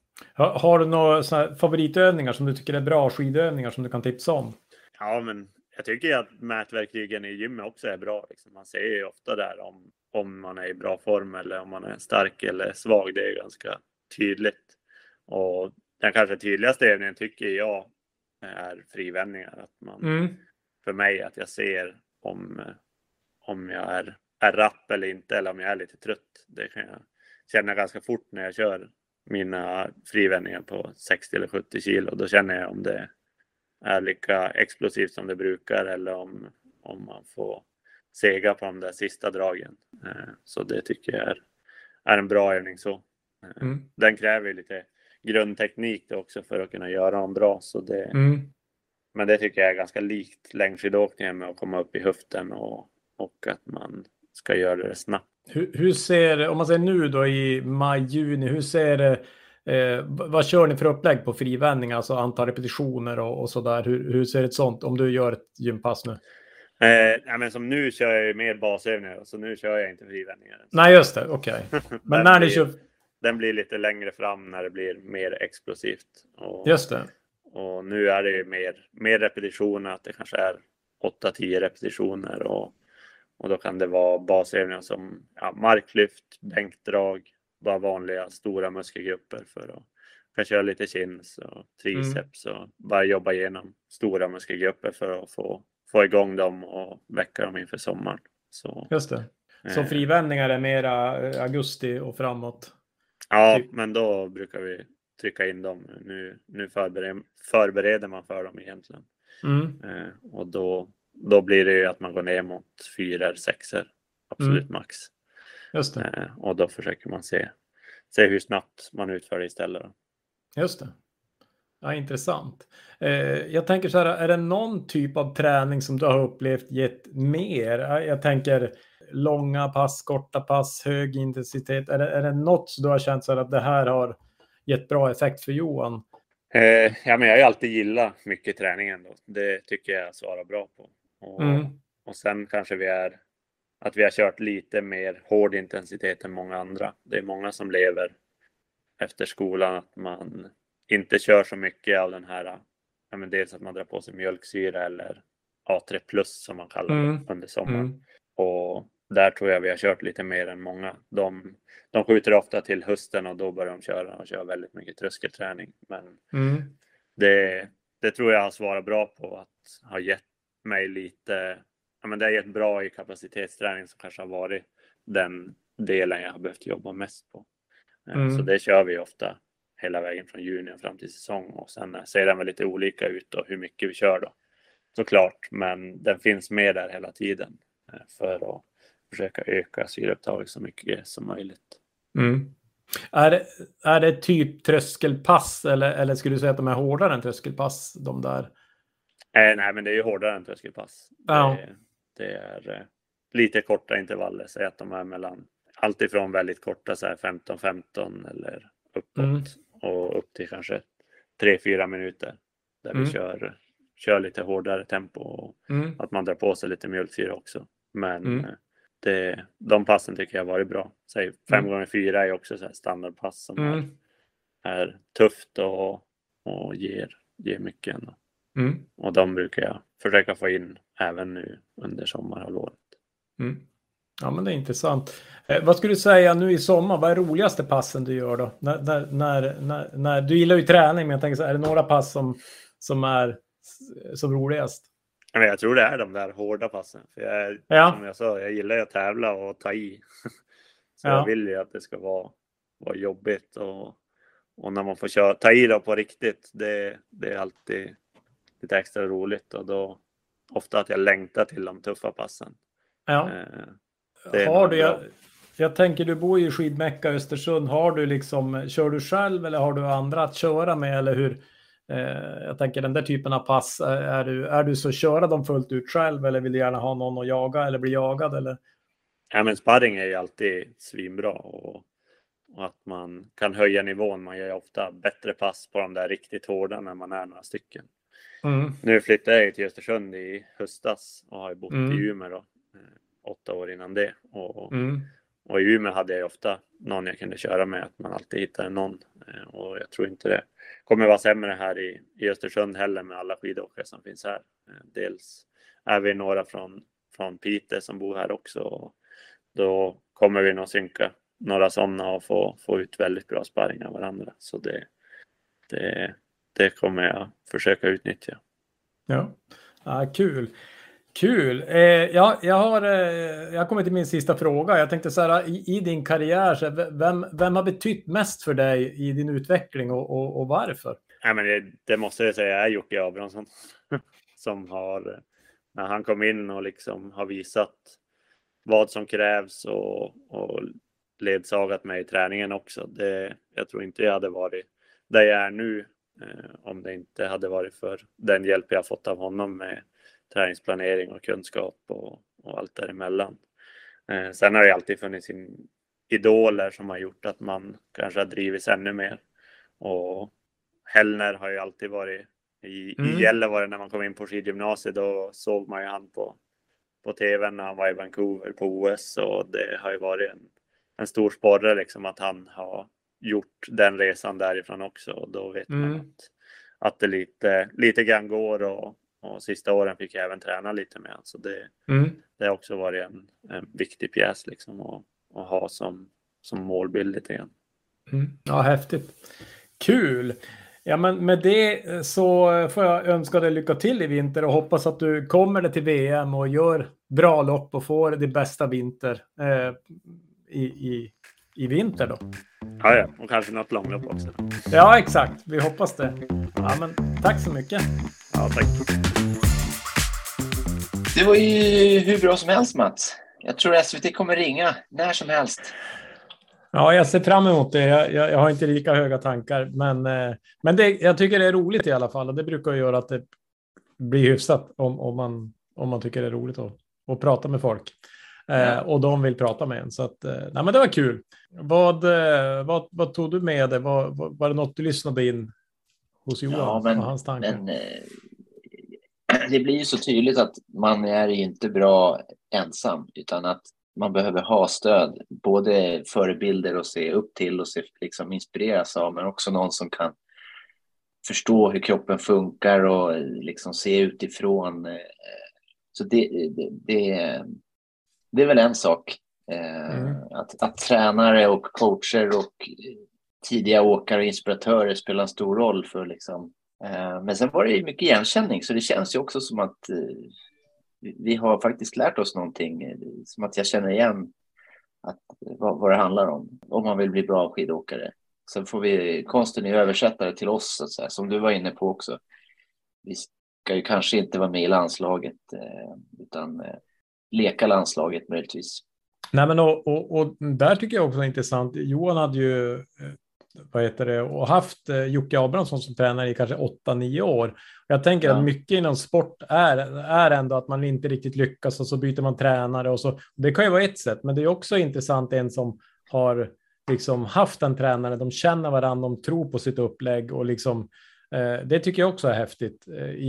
Har du några såna favoritövningar som du tycker är bra skidövningar som du kan tipsa om? Ja, men jag tycker att mätverktygen i gymmet också är bra. Liksom. Man ser ju ofta där om man är i bra form eller om man är stark eller svag. Det är ganska tydligt. Och den kanske tydligaste övningen tycker jag är frivändningar. Att man, för mig, att jag ser om jag är rapp eller inte, eller om jag är lite trött. Det kan jag känna ganska fort när jag kör mina frivändningar på 60 eller 70 kilo. Då känner jag om det är lika explosivt som det brukar eller om man får sega på de där sista dragen. Så det tycker jag är en bra övning så. Den kräver lite grundteknik också för att kunna göra dem bra. Så det, men det tycker jag är ganska likt längdskidåkningen med att komma upp i höften och att man ska göra det snabbt. Hur ser, om man säger nu då i maj-juni, hur ser det, vad kör ni för upplägg på frivändningar, alltså antal repetitioner och sådär? Hur ser ett sånt, om du gör ett gympass nu? Nej, men som nu kör jag ju mer basövningar, så nu kör jag inte frivändningar. Nej, just det, okej. Men när ni kör... Den blir lite längre fram när det blir mer explosivt. Just det. Och nu är det ju mer repetitioner, att det kanske är 8-10 repetitioner och då kan det vara basövningar som marklyft, bänkdrag, bara vanliga stora muskelgrupper för att köra lite chins och triceps och bara jobba igenom stora muskelgrupper för att få igång dem och väcka dem inför sommaren. Så, just det. Så frivändningar är mera augusti och framåt? Ja, typ. Men då brukar vi trycka in dem. Nu förbereder man för dem egentligen. Och då blir det ju att man går ner mot 4-6 absolut max. Just det. Och då försöker man se hur snabbt man utför det istället. Då. Just det. Ja, intressant. Jag tänker så här, är det någon typ av träning som du har upplevt gett mer? Jag tänker långa pass, korta pass, hög intensitet. Är det något som du har känt så här att det här har gett bra effekt för Johan? Men jag har ju alltid gillat mycket träningen då. Det tycker jag svarar bra på. Och sen kanske vi har kört lite mer hård intensitet än många andra. Det är många som lever efter skolan att man inte kör så mycket av den här, dels att man drar på sig mjölksyra eller A3 plus som man kallar det under sommaren. Och där tror jag vi har kört lite mer än många. De skjuter ofta till hösten och då börjar de köra väldigt mycket tröskelträning. Men det tror jag har svarat bra på att ha gett mig lite, det har gett bra i kapacitetsträning som kanske har varit den delen jag har behövt jobba mest på. Så det kör vi ofta hela vägen från juni och fram till säsong. Och sen ser den väl lite olika ut och hur mycket vi kör då. Såklart, men den finns med där hela tiden för att försöka öka syreupptaget så mycket som möjligt. Är det typ tröskelpass eller skulle du säga att de är hårdare än tröskelpass, de där? Nej, men det är ju hårdare än tröskelpass. Ja. Det är lite korta intervaller. Säg att de är mellan allt ifrån väldigt korta, så här 15-15 eller uppåt och upp till kanske 3-4 minuter. Där vi kör lite hårdare tempo och att man drar på sig lite mjölksyra också. Men de passen tycker jag har varit bra. Säg 5x4 är också så här standardpass som är tufft och ger mycket ändå. Och de brukar jag försöka få in även nu under sommarhalvåret. Ja, men det är intressant. Vad skulle du säga nu i sommar? Vad är roligaste passen du gör då? När du gillar ju träning, men jag tänker så är det några pass som är som roligast? Jag tror det är de där hårda passen. För som jag sa, jag gillar att tävla och ta i. Så jag vill ju att det ska vara jobbigt. Och när man får ta i det på riktigt, det är alltid lite extra roligt. Och då ofta att jag längtar till de tuffa passen. Ja. Jag tänker, du bor i Skidmecka Östersund. Kör du själv eller har du andra att köra med? Eller hur? Jag tänker den där typen av pass, är du så köra dem fullt ut själv eller vill du gärna ha någon att jaga eller bli jagad? Eller? Ja, men sparring är ju alltid svinbra och att man kan höja nivån. Man gör ju ofta bättre pass på de där riktigt hårda när man är några stycken. Nu flyttade jag till Östersund i höstas och har bott i Umeå då, 8 år innan det. Och i Umeå hade jag ofta någon jag kunde köra med, att man alltid hittade någon. Och jag tror inte det kommer vara sämre här i Östersund heller med alla skidåkare som finns här. Dels är vi några från Piteå som bor här också. Och då kommer vi nog synka några sådana och få ut väldigt bra sparring av varandra. Så det kommer jag försöka utnyttja. Ja, kul. Kul. Jag har kommit till min sista fråga. Jag tänkte så här, i din karriär, så vem har betytt mest för dig i din utveckling och varför? Nej, men det måste jag säga är Jocke Abrahamsson som har, när han kom in och liksom har visat vad som krävs och ledsagat mig i träningen också. Jag tror inte jag hade varit där jag är nu om det inte hade varit för den hjälp jag fått av honom med träningsplanering och kunskap och allt däremellan. Sen har det alltid funnits idoler som har gjort att man kanske har drivits ännu mer. Och Hellner har ju alltid varit i Gällivare när man kom in på skidgymnasiet. Då såg man ju han på tv när han var i Vancouver på OS. Och det har ju varit en stor sporre liksom att han har gjort den resan därifrån också. Och då vet man att det lite grann går och sista åren fick jag även träna lite med. Så det har också varit en viktig pjäs liksom att ha som målbild lite grann. Ja, häftigt. Kul! Ja, men med det så får jag önska dig lycka till i vinter och hoppas att du kommer till VM och gör bra lopp och får det bästa vinter i vinter då. Ja, och kanske något långlopp också. Ja, exakt. Vi hoppas det. Ja, men tack så mycket. Ja, tack. Det var ju hur bra som helst, Mats. Jag tror SVT kommer ringa när som helst. Ja, jag ser fram emot det. Jag har inte lika höga tankar. Men jag tycker det är roligt i alla fall. Och det brukar göra att det blir hyfsat om man tycker det är roligt att prata med folk. Och de vill prata med en. Så att, nej, men det var kul. Vad tog du med dig? Var det något du lyssnade in hos Johan och hans tankar? Men det blir ju så tydligt att man är inte bra ensam, utan att man behöver ha stöd, både förebilder att se upp till och se, liksom, inspireras av, men också någon som kan förstå hur kroppen funkar och liksom se utifrån. Så det är väl en sak. Att tränare och coacher och tidiga åkare och inspiratörer spelar en stor roll för liksom. Men sen var det ju mycket igenkänning, så det känns ju också som att vi har faktiskt lärt oss någonting, som att jag känner igen vad det handlar om man vill bli bra skidåkare. Sen får vi konsten i översättare till oss, så att säga, som du var inne på också. Vi ska ju kanske inte vara med i landslaget utan leka landslaget möjligtvis. Nej, men och där tycker jag också är intressant. Johan hade ju och haft Jocke Abrahamsson som tränare i kanske 8-9 år. Jag tänker att mycket inom sport är ändå att man inte riktigt lyckas och så byter man tränare och så. Det kan ju vara ett sätt, men det är också intressant en som har liksom haft en tränare, de känner varandra, de tror på sitt upplägg och liksom det tycker jag också är häftigt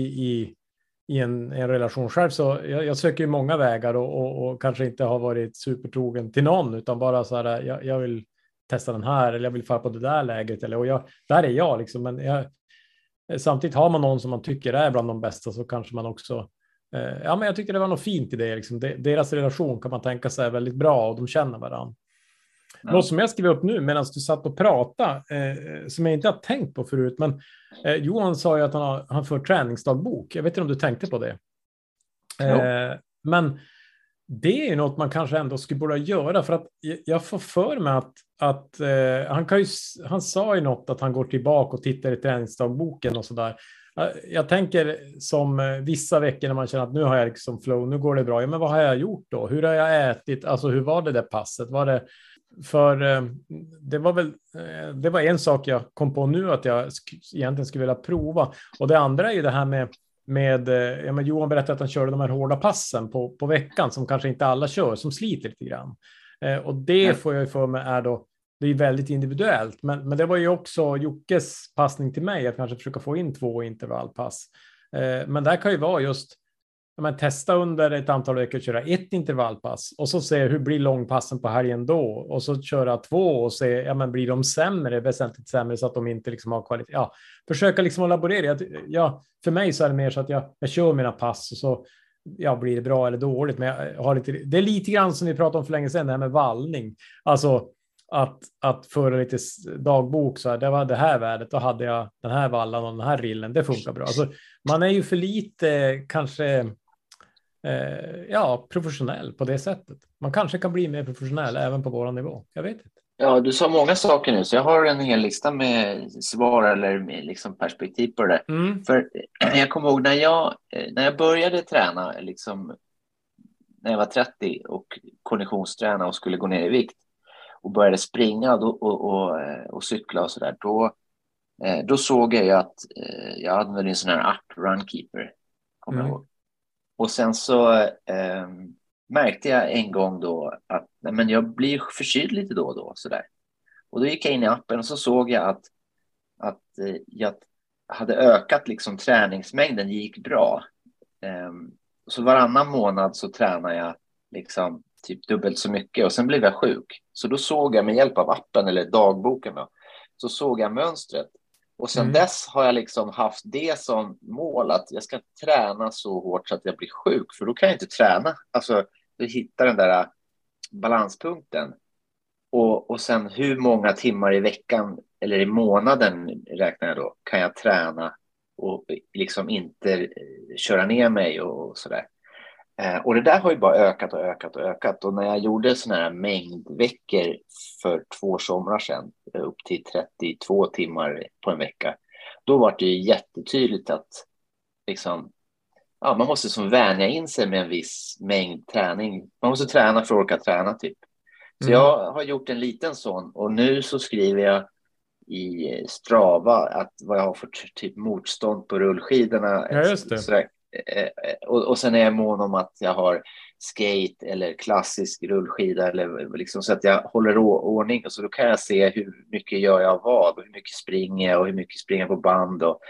i en relation själv. Så jag söker ju många vägar och kanske inte har varit supertrogen till någon, utan bara så här, jag vill testa den här, eller jag vill fara på det där läget, där är jag liksom, men samtidigt har man någon som man tycker är bland de bästa, så kanske man också men jag tycker det var något fint i det liksom. Deras relation kan man tänka sig är väldigt bra och de känner varandra. Något som jag skrev upp nu medan du satt och pratade, som jag inte har tänkt på förut, men Johan sa ju att han för träningsdagbok. Jag vet inte om du tänkte på det. Men det är ju något man kanske ändå skulle börja göra, för att jag får för mig att han sa ju något att han går tillbaka och tittar i träningsdagboken och sådär. Jag tänker som vissa veckor när man känner att nu har jag liksom flow, nu går det bra. Ja, men vad har jag gjort då? Hur har jag ätit? Alltså hur var det där passet? Det var en sak jag kom på nu att jag egentligen skulle vilja prova. Och det andra är ju det här med Johan berättade att han körde de här hårda passen på veckan som kanske inte alla kör, som sliter lite grann. Och det får jag ju för mig är då, det är väldigt individuellt, men det var ju också Jockes passning till mig att kanske försöka få in 2 intervallpass. Men där kan ju vara just testa under ett antal veckor, köra 1 intervallpass och så se hur blir långpassen på helgen då, och så köra 2 och se, blir de väsentligt sämre så att de inte liksom har kvalitet. Försöka liksom att laborera. För mig så är det mer så att jag kör mina pass och så blir det bra eller dåligt. Men jag har det är lite grann som vi pratade om för länge sedan, det här med vallning. Alltså att föra lite dagbok, så här, det var det här värdet, då hade jag den här vallan och den här rillen, det funkar bra. Alltså, man är ju för lite kanske professionell på det sättet. Man kanske kan bli mer professionell även på vår nivå. Jag vet inte. Ja, du sa många saker nu, så jag har en hel lista med svar eller med liksom perspektiv på det. För jag kommer ihåg när jag började träna, liksom, när jag var 30 och konditionsträna och skulle gå ner i vikt och började springa och cykla och sådär, då såg jag ju att jag använde en sån här app, Runkeeper, kommer jag ihåg. Och sen så märkte jag en gång då att men jag blir förkyld lite då och då. Sådär. Och då gick jag in i appen och så såg jag att jag hade ökat liksom träningsmängden, gick bra. Så varannan månad så tränar jag liksom typ dubbelt så mycket och sen blev jag sjuk. Så då såg jag med hjälp av appen eller dagboken då, så såg jag mönstret. Och sen dess har jag liksom haft det som mål att jag ska träna så hårt så att jag blir sjuk. För då kan jag inte träna. Alltså, du hittar den där balanspunkten. Och sen hur många timmar i veckan eller i månaden räknar jag då kan jag träna och liksom inte köra ner mig och sådär. Och det där har ju bara ökat och ökat och ökat. Och när jag gjorde såna här mängdveckor för 2 somrar sedan, upp till 32 timmar på en vecka, då var det ju jättetydligt att liksom, man måste som vänja in sig med en viss mängd träning. Man måste träna för att orka träna typ. Så jag har gjort en liten sån, och nu så skriver jag i Strava att vad jag har för typ motstånd på rullskidorna. Ja, just det. Så, och sen är jag mån om att jag har skate eller klassisk rullskida eller liksom, så att jag håller ordning, och så då kan jag se hur mycket gör jag av vad och hur mycket springer jag och hur mycket springer jag på band och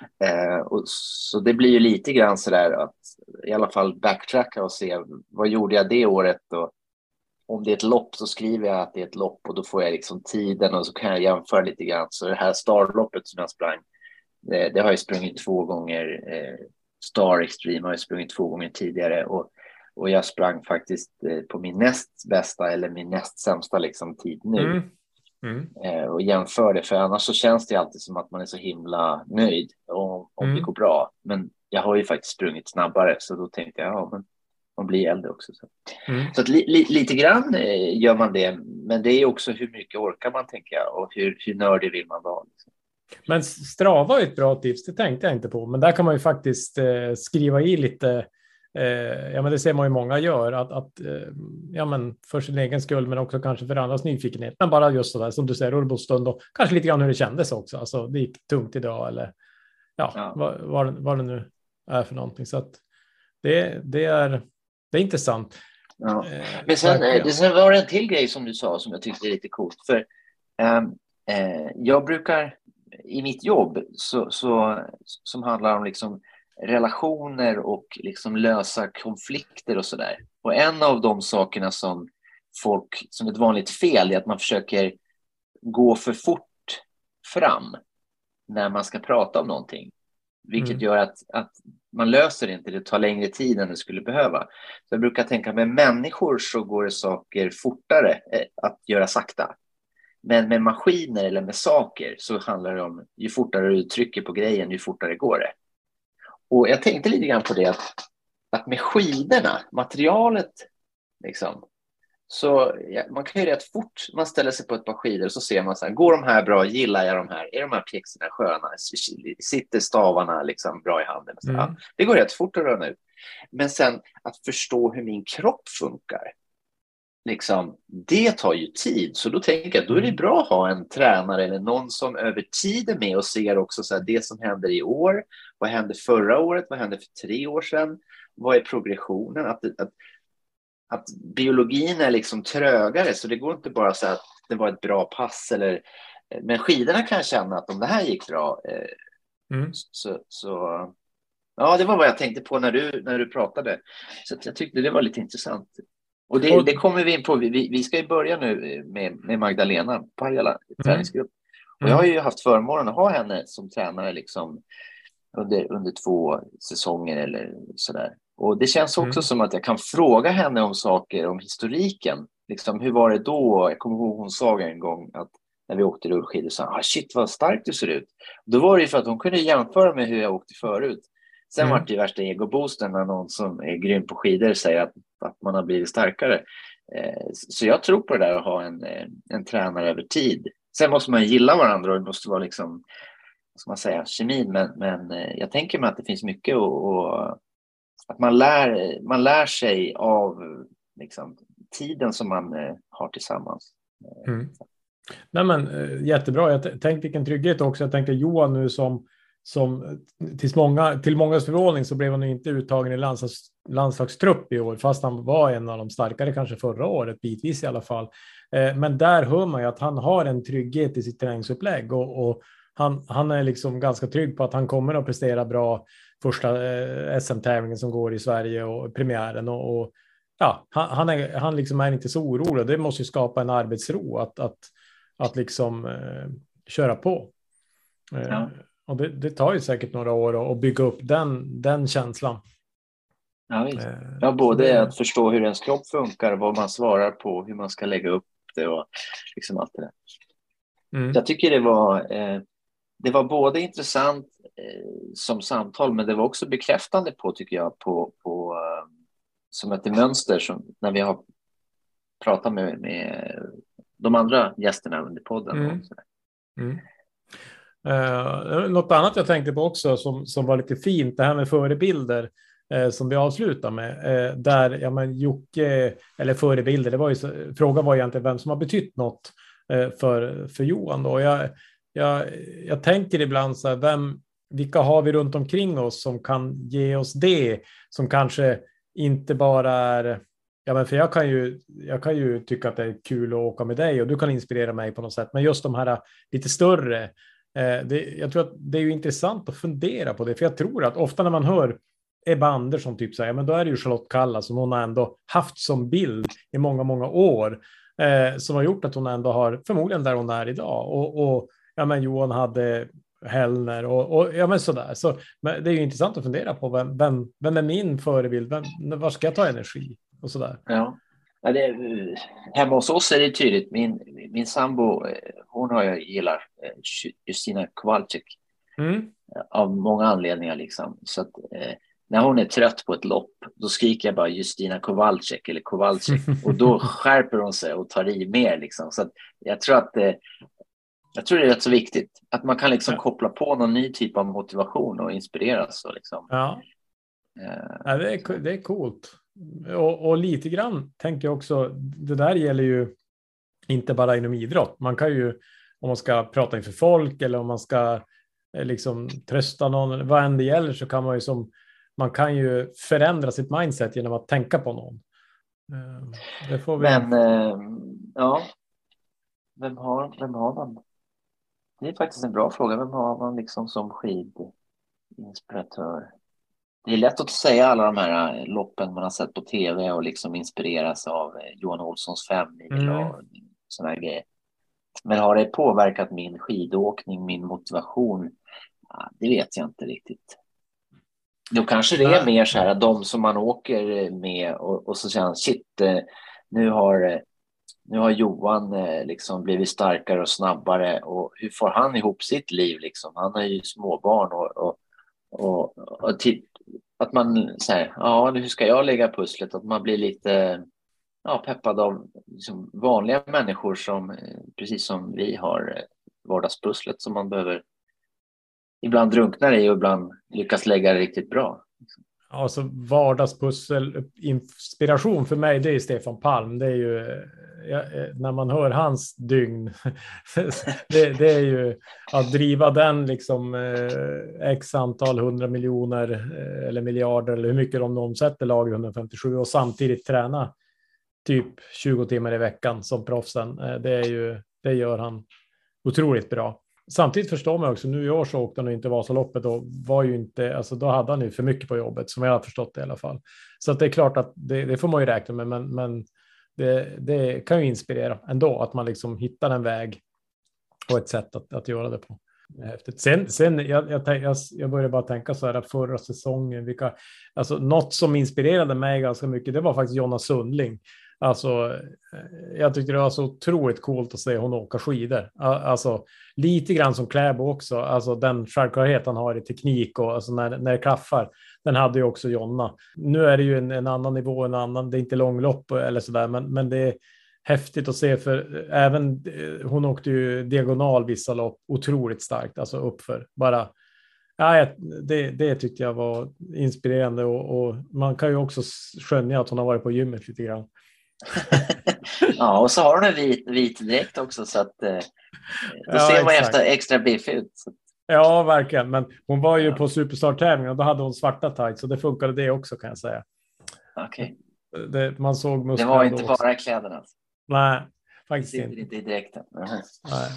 så det blir ju lite grann så där att i alla fall backtracka och se vad gjorde jag det året, och om det är ett lopp så skriver jag att det är ett lopp och då får jag liksom tiden och så kan jag jämföra lite grann. Så det här starloppet som jag sprang, det har jag sprungit 2 gånger. Star Extreme har jag sprungit 2 gånger tidigare, och jag sprang faktiskt på min näst bästa eller min näst sämsta liksom tid nu. Och jämför det, för annars så känns det alltid som att man är så himla nöjd om det går bra. Men jag har ju faktiskt sprungit snabbare, så då tänkte jag, men man blir äldre också. Så att lite grann gör man det, men det är också hur mycket orkar man, tänker jag, och hur nördig vill man vara. Liksom. Men Strava är ett bra tips, det tänkte jag inte på. Men där kan man ju faktiskt skriva i lite, men det ser man ju många gör, att men för sin egen skull, men också kanske för andras nyfikenhet. Men bara just sådär, som du säger, rullbostund och kanske lite grann hur det kändes också. Alltså, det gick tungt idag eller vad det nu är för någonting. Så att det är intressant. Ja. Men sen var det en till grej som du sa som jag tyckte är lite coolt. För jag brukar i mitt jobb som handlar om liksom relationer och liksom lösa konflikter och sådär. Och en av de sakerna som ett vanligt fel är att man försöker gå för fort fram när man ska prata om någonting. Vilket gör att man löser inte, det tar längre tid än det skulle behöva. Så jag brukar tänka, med människor så går det saker fortare att göra sakta. Men med maskiner eller med saker så handlar det om, ju fortare du trycker på grejen, ju fortare går det. Och jag tänkte lite grann på det, att med skidorna, materialet liksom, så man kan ju rätt fort, man ställer sig på ett par skidor och så ser man så här, går de här bra, gillar jag de här, är de här pjäxorna sköna, sitter stavarna liksom bra i handen, så, det går rätt fort att röna ut. Men sen att förstå hur min kropp funkar, liksom, det tar ju tid. Så då tänker jag, då är det bra att ha en tränare eller någon som över tid är med och ser också så här, det som händer i år, vad hände förra året, vad hände för 3 år sedan, vad är progressionen, att biologin är liksom trögare, så det går inte bara så att det var ett bra pass eller, men skidorna kan jag känna att om det här gick bra så ja, det var vad jag tänkte på när du pratade, så jag tyckte det var lite intressant. Och det kommer vi in på, vi ska ju börja nu med Magdalena Pajala, träningsgrupp. Och jag har ju haft förmånen att ha henne som tränare liksom under 2 säsonger eller sådär. Och det känns också som att jag kan fråga henne om saker, om historiken. Liksom, hur var det då? Jag kommer ihåg hon sa en gång att när vi åkte rullskidor sa shit vad starkt du ser ut. Då var det ju för att hon kunde jämföra med hur jag åkte förut. Sen var det ju värsta egoboosten när någon som är grym på skidor säger att man har blivit starkare. Så jag tror på det där att ha en tränare över tid. Sen måste man gilla varandra och det måste vara liksom, vad ska man säga, kemin. Men jag tänker mig att det finns mycket och att man lär sig av liksom, tiden som man har tillsammans. Nej, men jättebra. Jag tänkte vilken trygghet också. Jag tänkte Johan nu som till mångas förvåning så blev han inte uttagen i landslagstrupp i år, fast han var en av de starkare kanske förra året, bitvis i alla fall. Men där hör man ju att han har en trygghet i sitt träningsupplägg och han är liksom ganska trygg på att han kommer att prestera bra första SM-tävlingen som går i Sverige och premiären och ja, han liksom är inte så orolig. Det måste ju skapa en arbetsro att liksom köra på. Ja. Och det tar ju säkert några år att bygga upp den känslan. Ja, visst. Ja, både att förstå hur ens kropp funkar, vad man svarar på, hur man ska lägga upp det och liksom allt det där. Jag tycker det var både intressant som samtal, men det var också bekräftande på, tycker jag, på som ett mönster som när vi har pratat med de andra gästerna under podden. Något annat jag tänkte på också som var lite fint, det här med förebilder som vi avslutar med. Där Jocke, eller förebilder, frågan var egentligen vem som har betytt något för Johan då. Jag tänker ibland så här, vilka har vi runt omkring oss som kan ge oss det, som kanske inte bara är, för jag kan ju tycka att det är kul att åka med dig och du kan inspirera mig på något sätt, men just de här lite större, jag tror att det är ju intressant att fundera på det, för jag tror att ofta när man hör Ebba Andersson typ säger, men då är det ju Charlotte Kalla som hon har ändå haft som bild i många, många år, som har gjort att hon ändå har förmodligen där hon är idag och Johan hade Hellner och men sådär. Så men det är ju intressant att fundera på vem är min förebild, var ska jag ta energi och sådär. Ja, hemma hos oss är det tydligt. Min sambo, jag gillar Justina Kowalczyk av många anledningar liksom. Så att när hon är trött på ett lopp, då skriker jag bara Justina Kowalczyk eller Kowalczyk och då skärper hon sig och tar i mer liksom. Så att jag tror det är rätt så viktigt att man kan liksom koppla på någon ny typ av motivation och inspireras och liksom. Ja, det är coolt. Och lite grann tänker jag också, det där gäller ju inte bara inom idrott. Man kan ju, om man ska prata inför folk eller om man ska liksom trösta någon, vad än det gäller, så kan man kan ju förändra sitt mindset genom att tänka på någon. Det får vi. Men vem har man? Det är faktiskt en bra fråga. Vem har man liksom som skidinspiratör? Det är lätt att säga alla de här loppen man har sett på tv och liksom inspireras av Johan Olssons 5 mil och såna här grejer. Men har det påverkat min skidåkning, min motivation? Ja, det vet jag inte riktigt. Då kanske det är mer så här att de som man åker med och så känns shit, nu har Johan liksom blivit starkare och snabbare och hur får han ihop sitt liv liksom? Han har ju småbarn och att man säger, hur ska jag lägga pusslet? Att man blir lite peppad av liksom vanliga människor som precis som vi har vardagspusslet som man behöver ibland drunknar i och ibland lyckas lägga det riktigt bra. Alltså vardagspussel, inspiration för mig, det är Stefan Palm. Det är ju, när man hör hans dygn, det är ju att driva den liksom x antal 100 miljoner eller miljarder eller hur mycket de omsätter lager 157 och samtidigt träna typ 20 timmar i veckan som proffsen. Det gör han otroligt bra. Samtidigt förstår man också, nu i år så åkte han inte Vasaloppet och var ju inte, alltså då hade han ju för mycket på jobbet som jag har förstått det i alla fall. Så att det är klart att det får man ju räkna med, men det kan ju inspirera ändå att man liksom hittar en väg och ett sätt att göra det på. Häftigt. Sen jag började bara tänka så här förra säsongen, alltså något som inspirerade mig ganska mycket, det var faktiskt Jonna Sundling. Alltså, jag tyckte det var så otroligt coolt att se hon åka skidor. Alltså, lite grann som Kläbo också. Alltså, den självklarhet han har i teknik och alltså, när det klaffar, den hade ju också Jonna. Nu är det ju en annan nivå, det är inte långlopp eller sådär, men det är häftigt att se, för även hon åkte ju diagonal vissa lopp otroligt starkt, alltså uppför. Bara, ja, det tyckte jag var inspirerande och man kan ju också skönja att hon har varit på gymmet lite grann. Ja, och så har hon en vit dräkt också, så att då ser man efter extra biff ut. Så. Ja, verkligen. Men hon var ju på Superstar-tävlingen och då hade hon svarta tights, så det funkade det också, kan jag säga. Okej. Man såg musklerna. Det var inte bara kläderna. Nej, faktiskt inte i dräkten. Nej.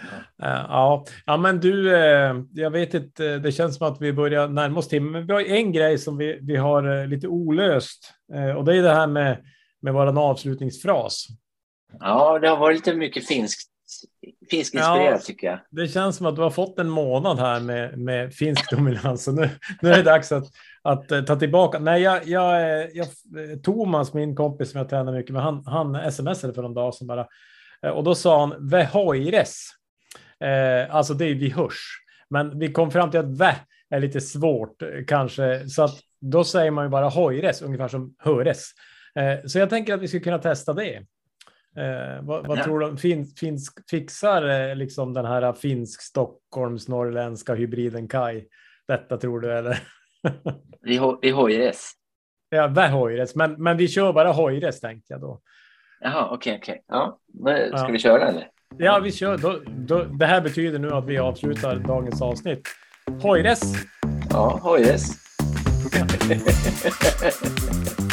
Ja, men du, jag vet inte, det känns som att vi börjar närma oss timmen, men vi har en grej som vi har lite olöst, och det är det här med våran avslutningsfras. Ja, det har varit lite mycket finskinspirerat tycker jag. Det känns som att du har fått en månad här med finsk dominans, så nu är det dags att ta tillbaka. Nej, Thomas, min kompis som jag tränar mycket med, han smsade för en dag som bara, och då sa han vehoires. Alltså det är vi hörs, men vi kom fram till att vä är lite svårt kanske, så att då säger man ju bara hoires, ungefär som höres. Så jag tänker att vi skulle kunna testa det. Vad tror du? Fixar liksom den här finsk-stockholms norrländska hybriden Kai detta, tror du, eller? Vi hoires. Ja, hoires, men vi kör bara hoires, tänkte jag då. Jaha, okej. Ja, ska vi köra eller? Ja, vi kör. Då, det här betyder nu att vi avslutar dagens avsnitt. Hoires! Ja, hoires.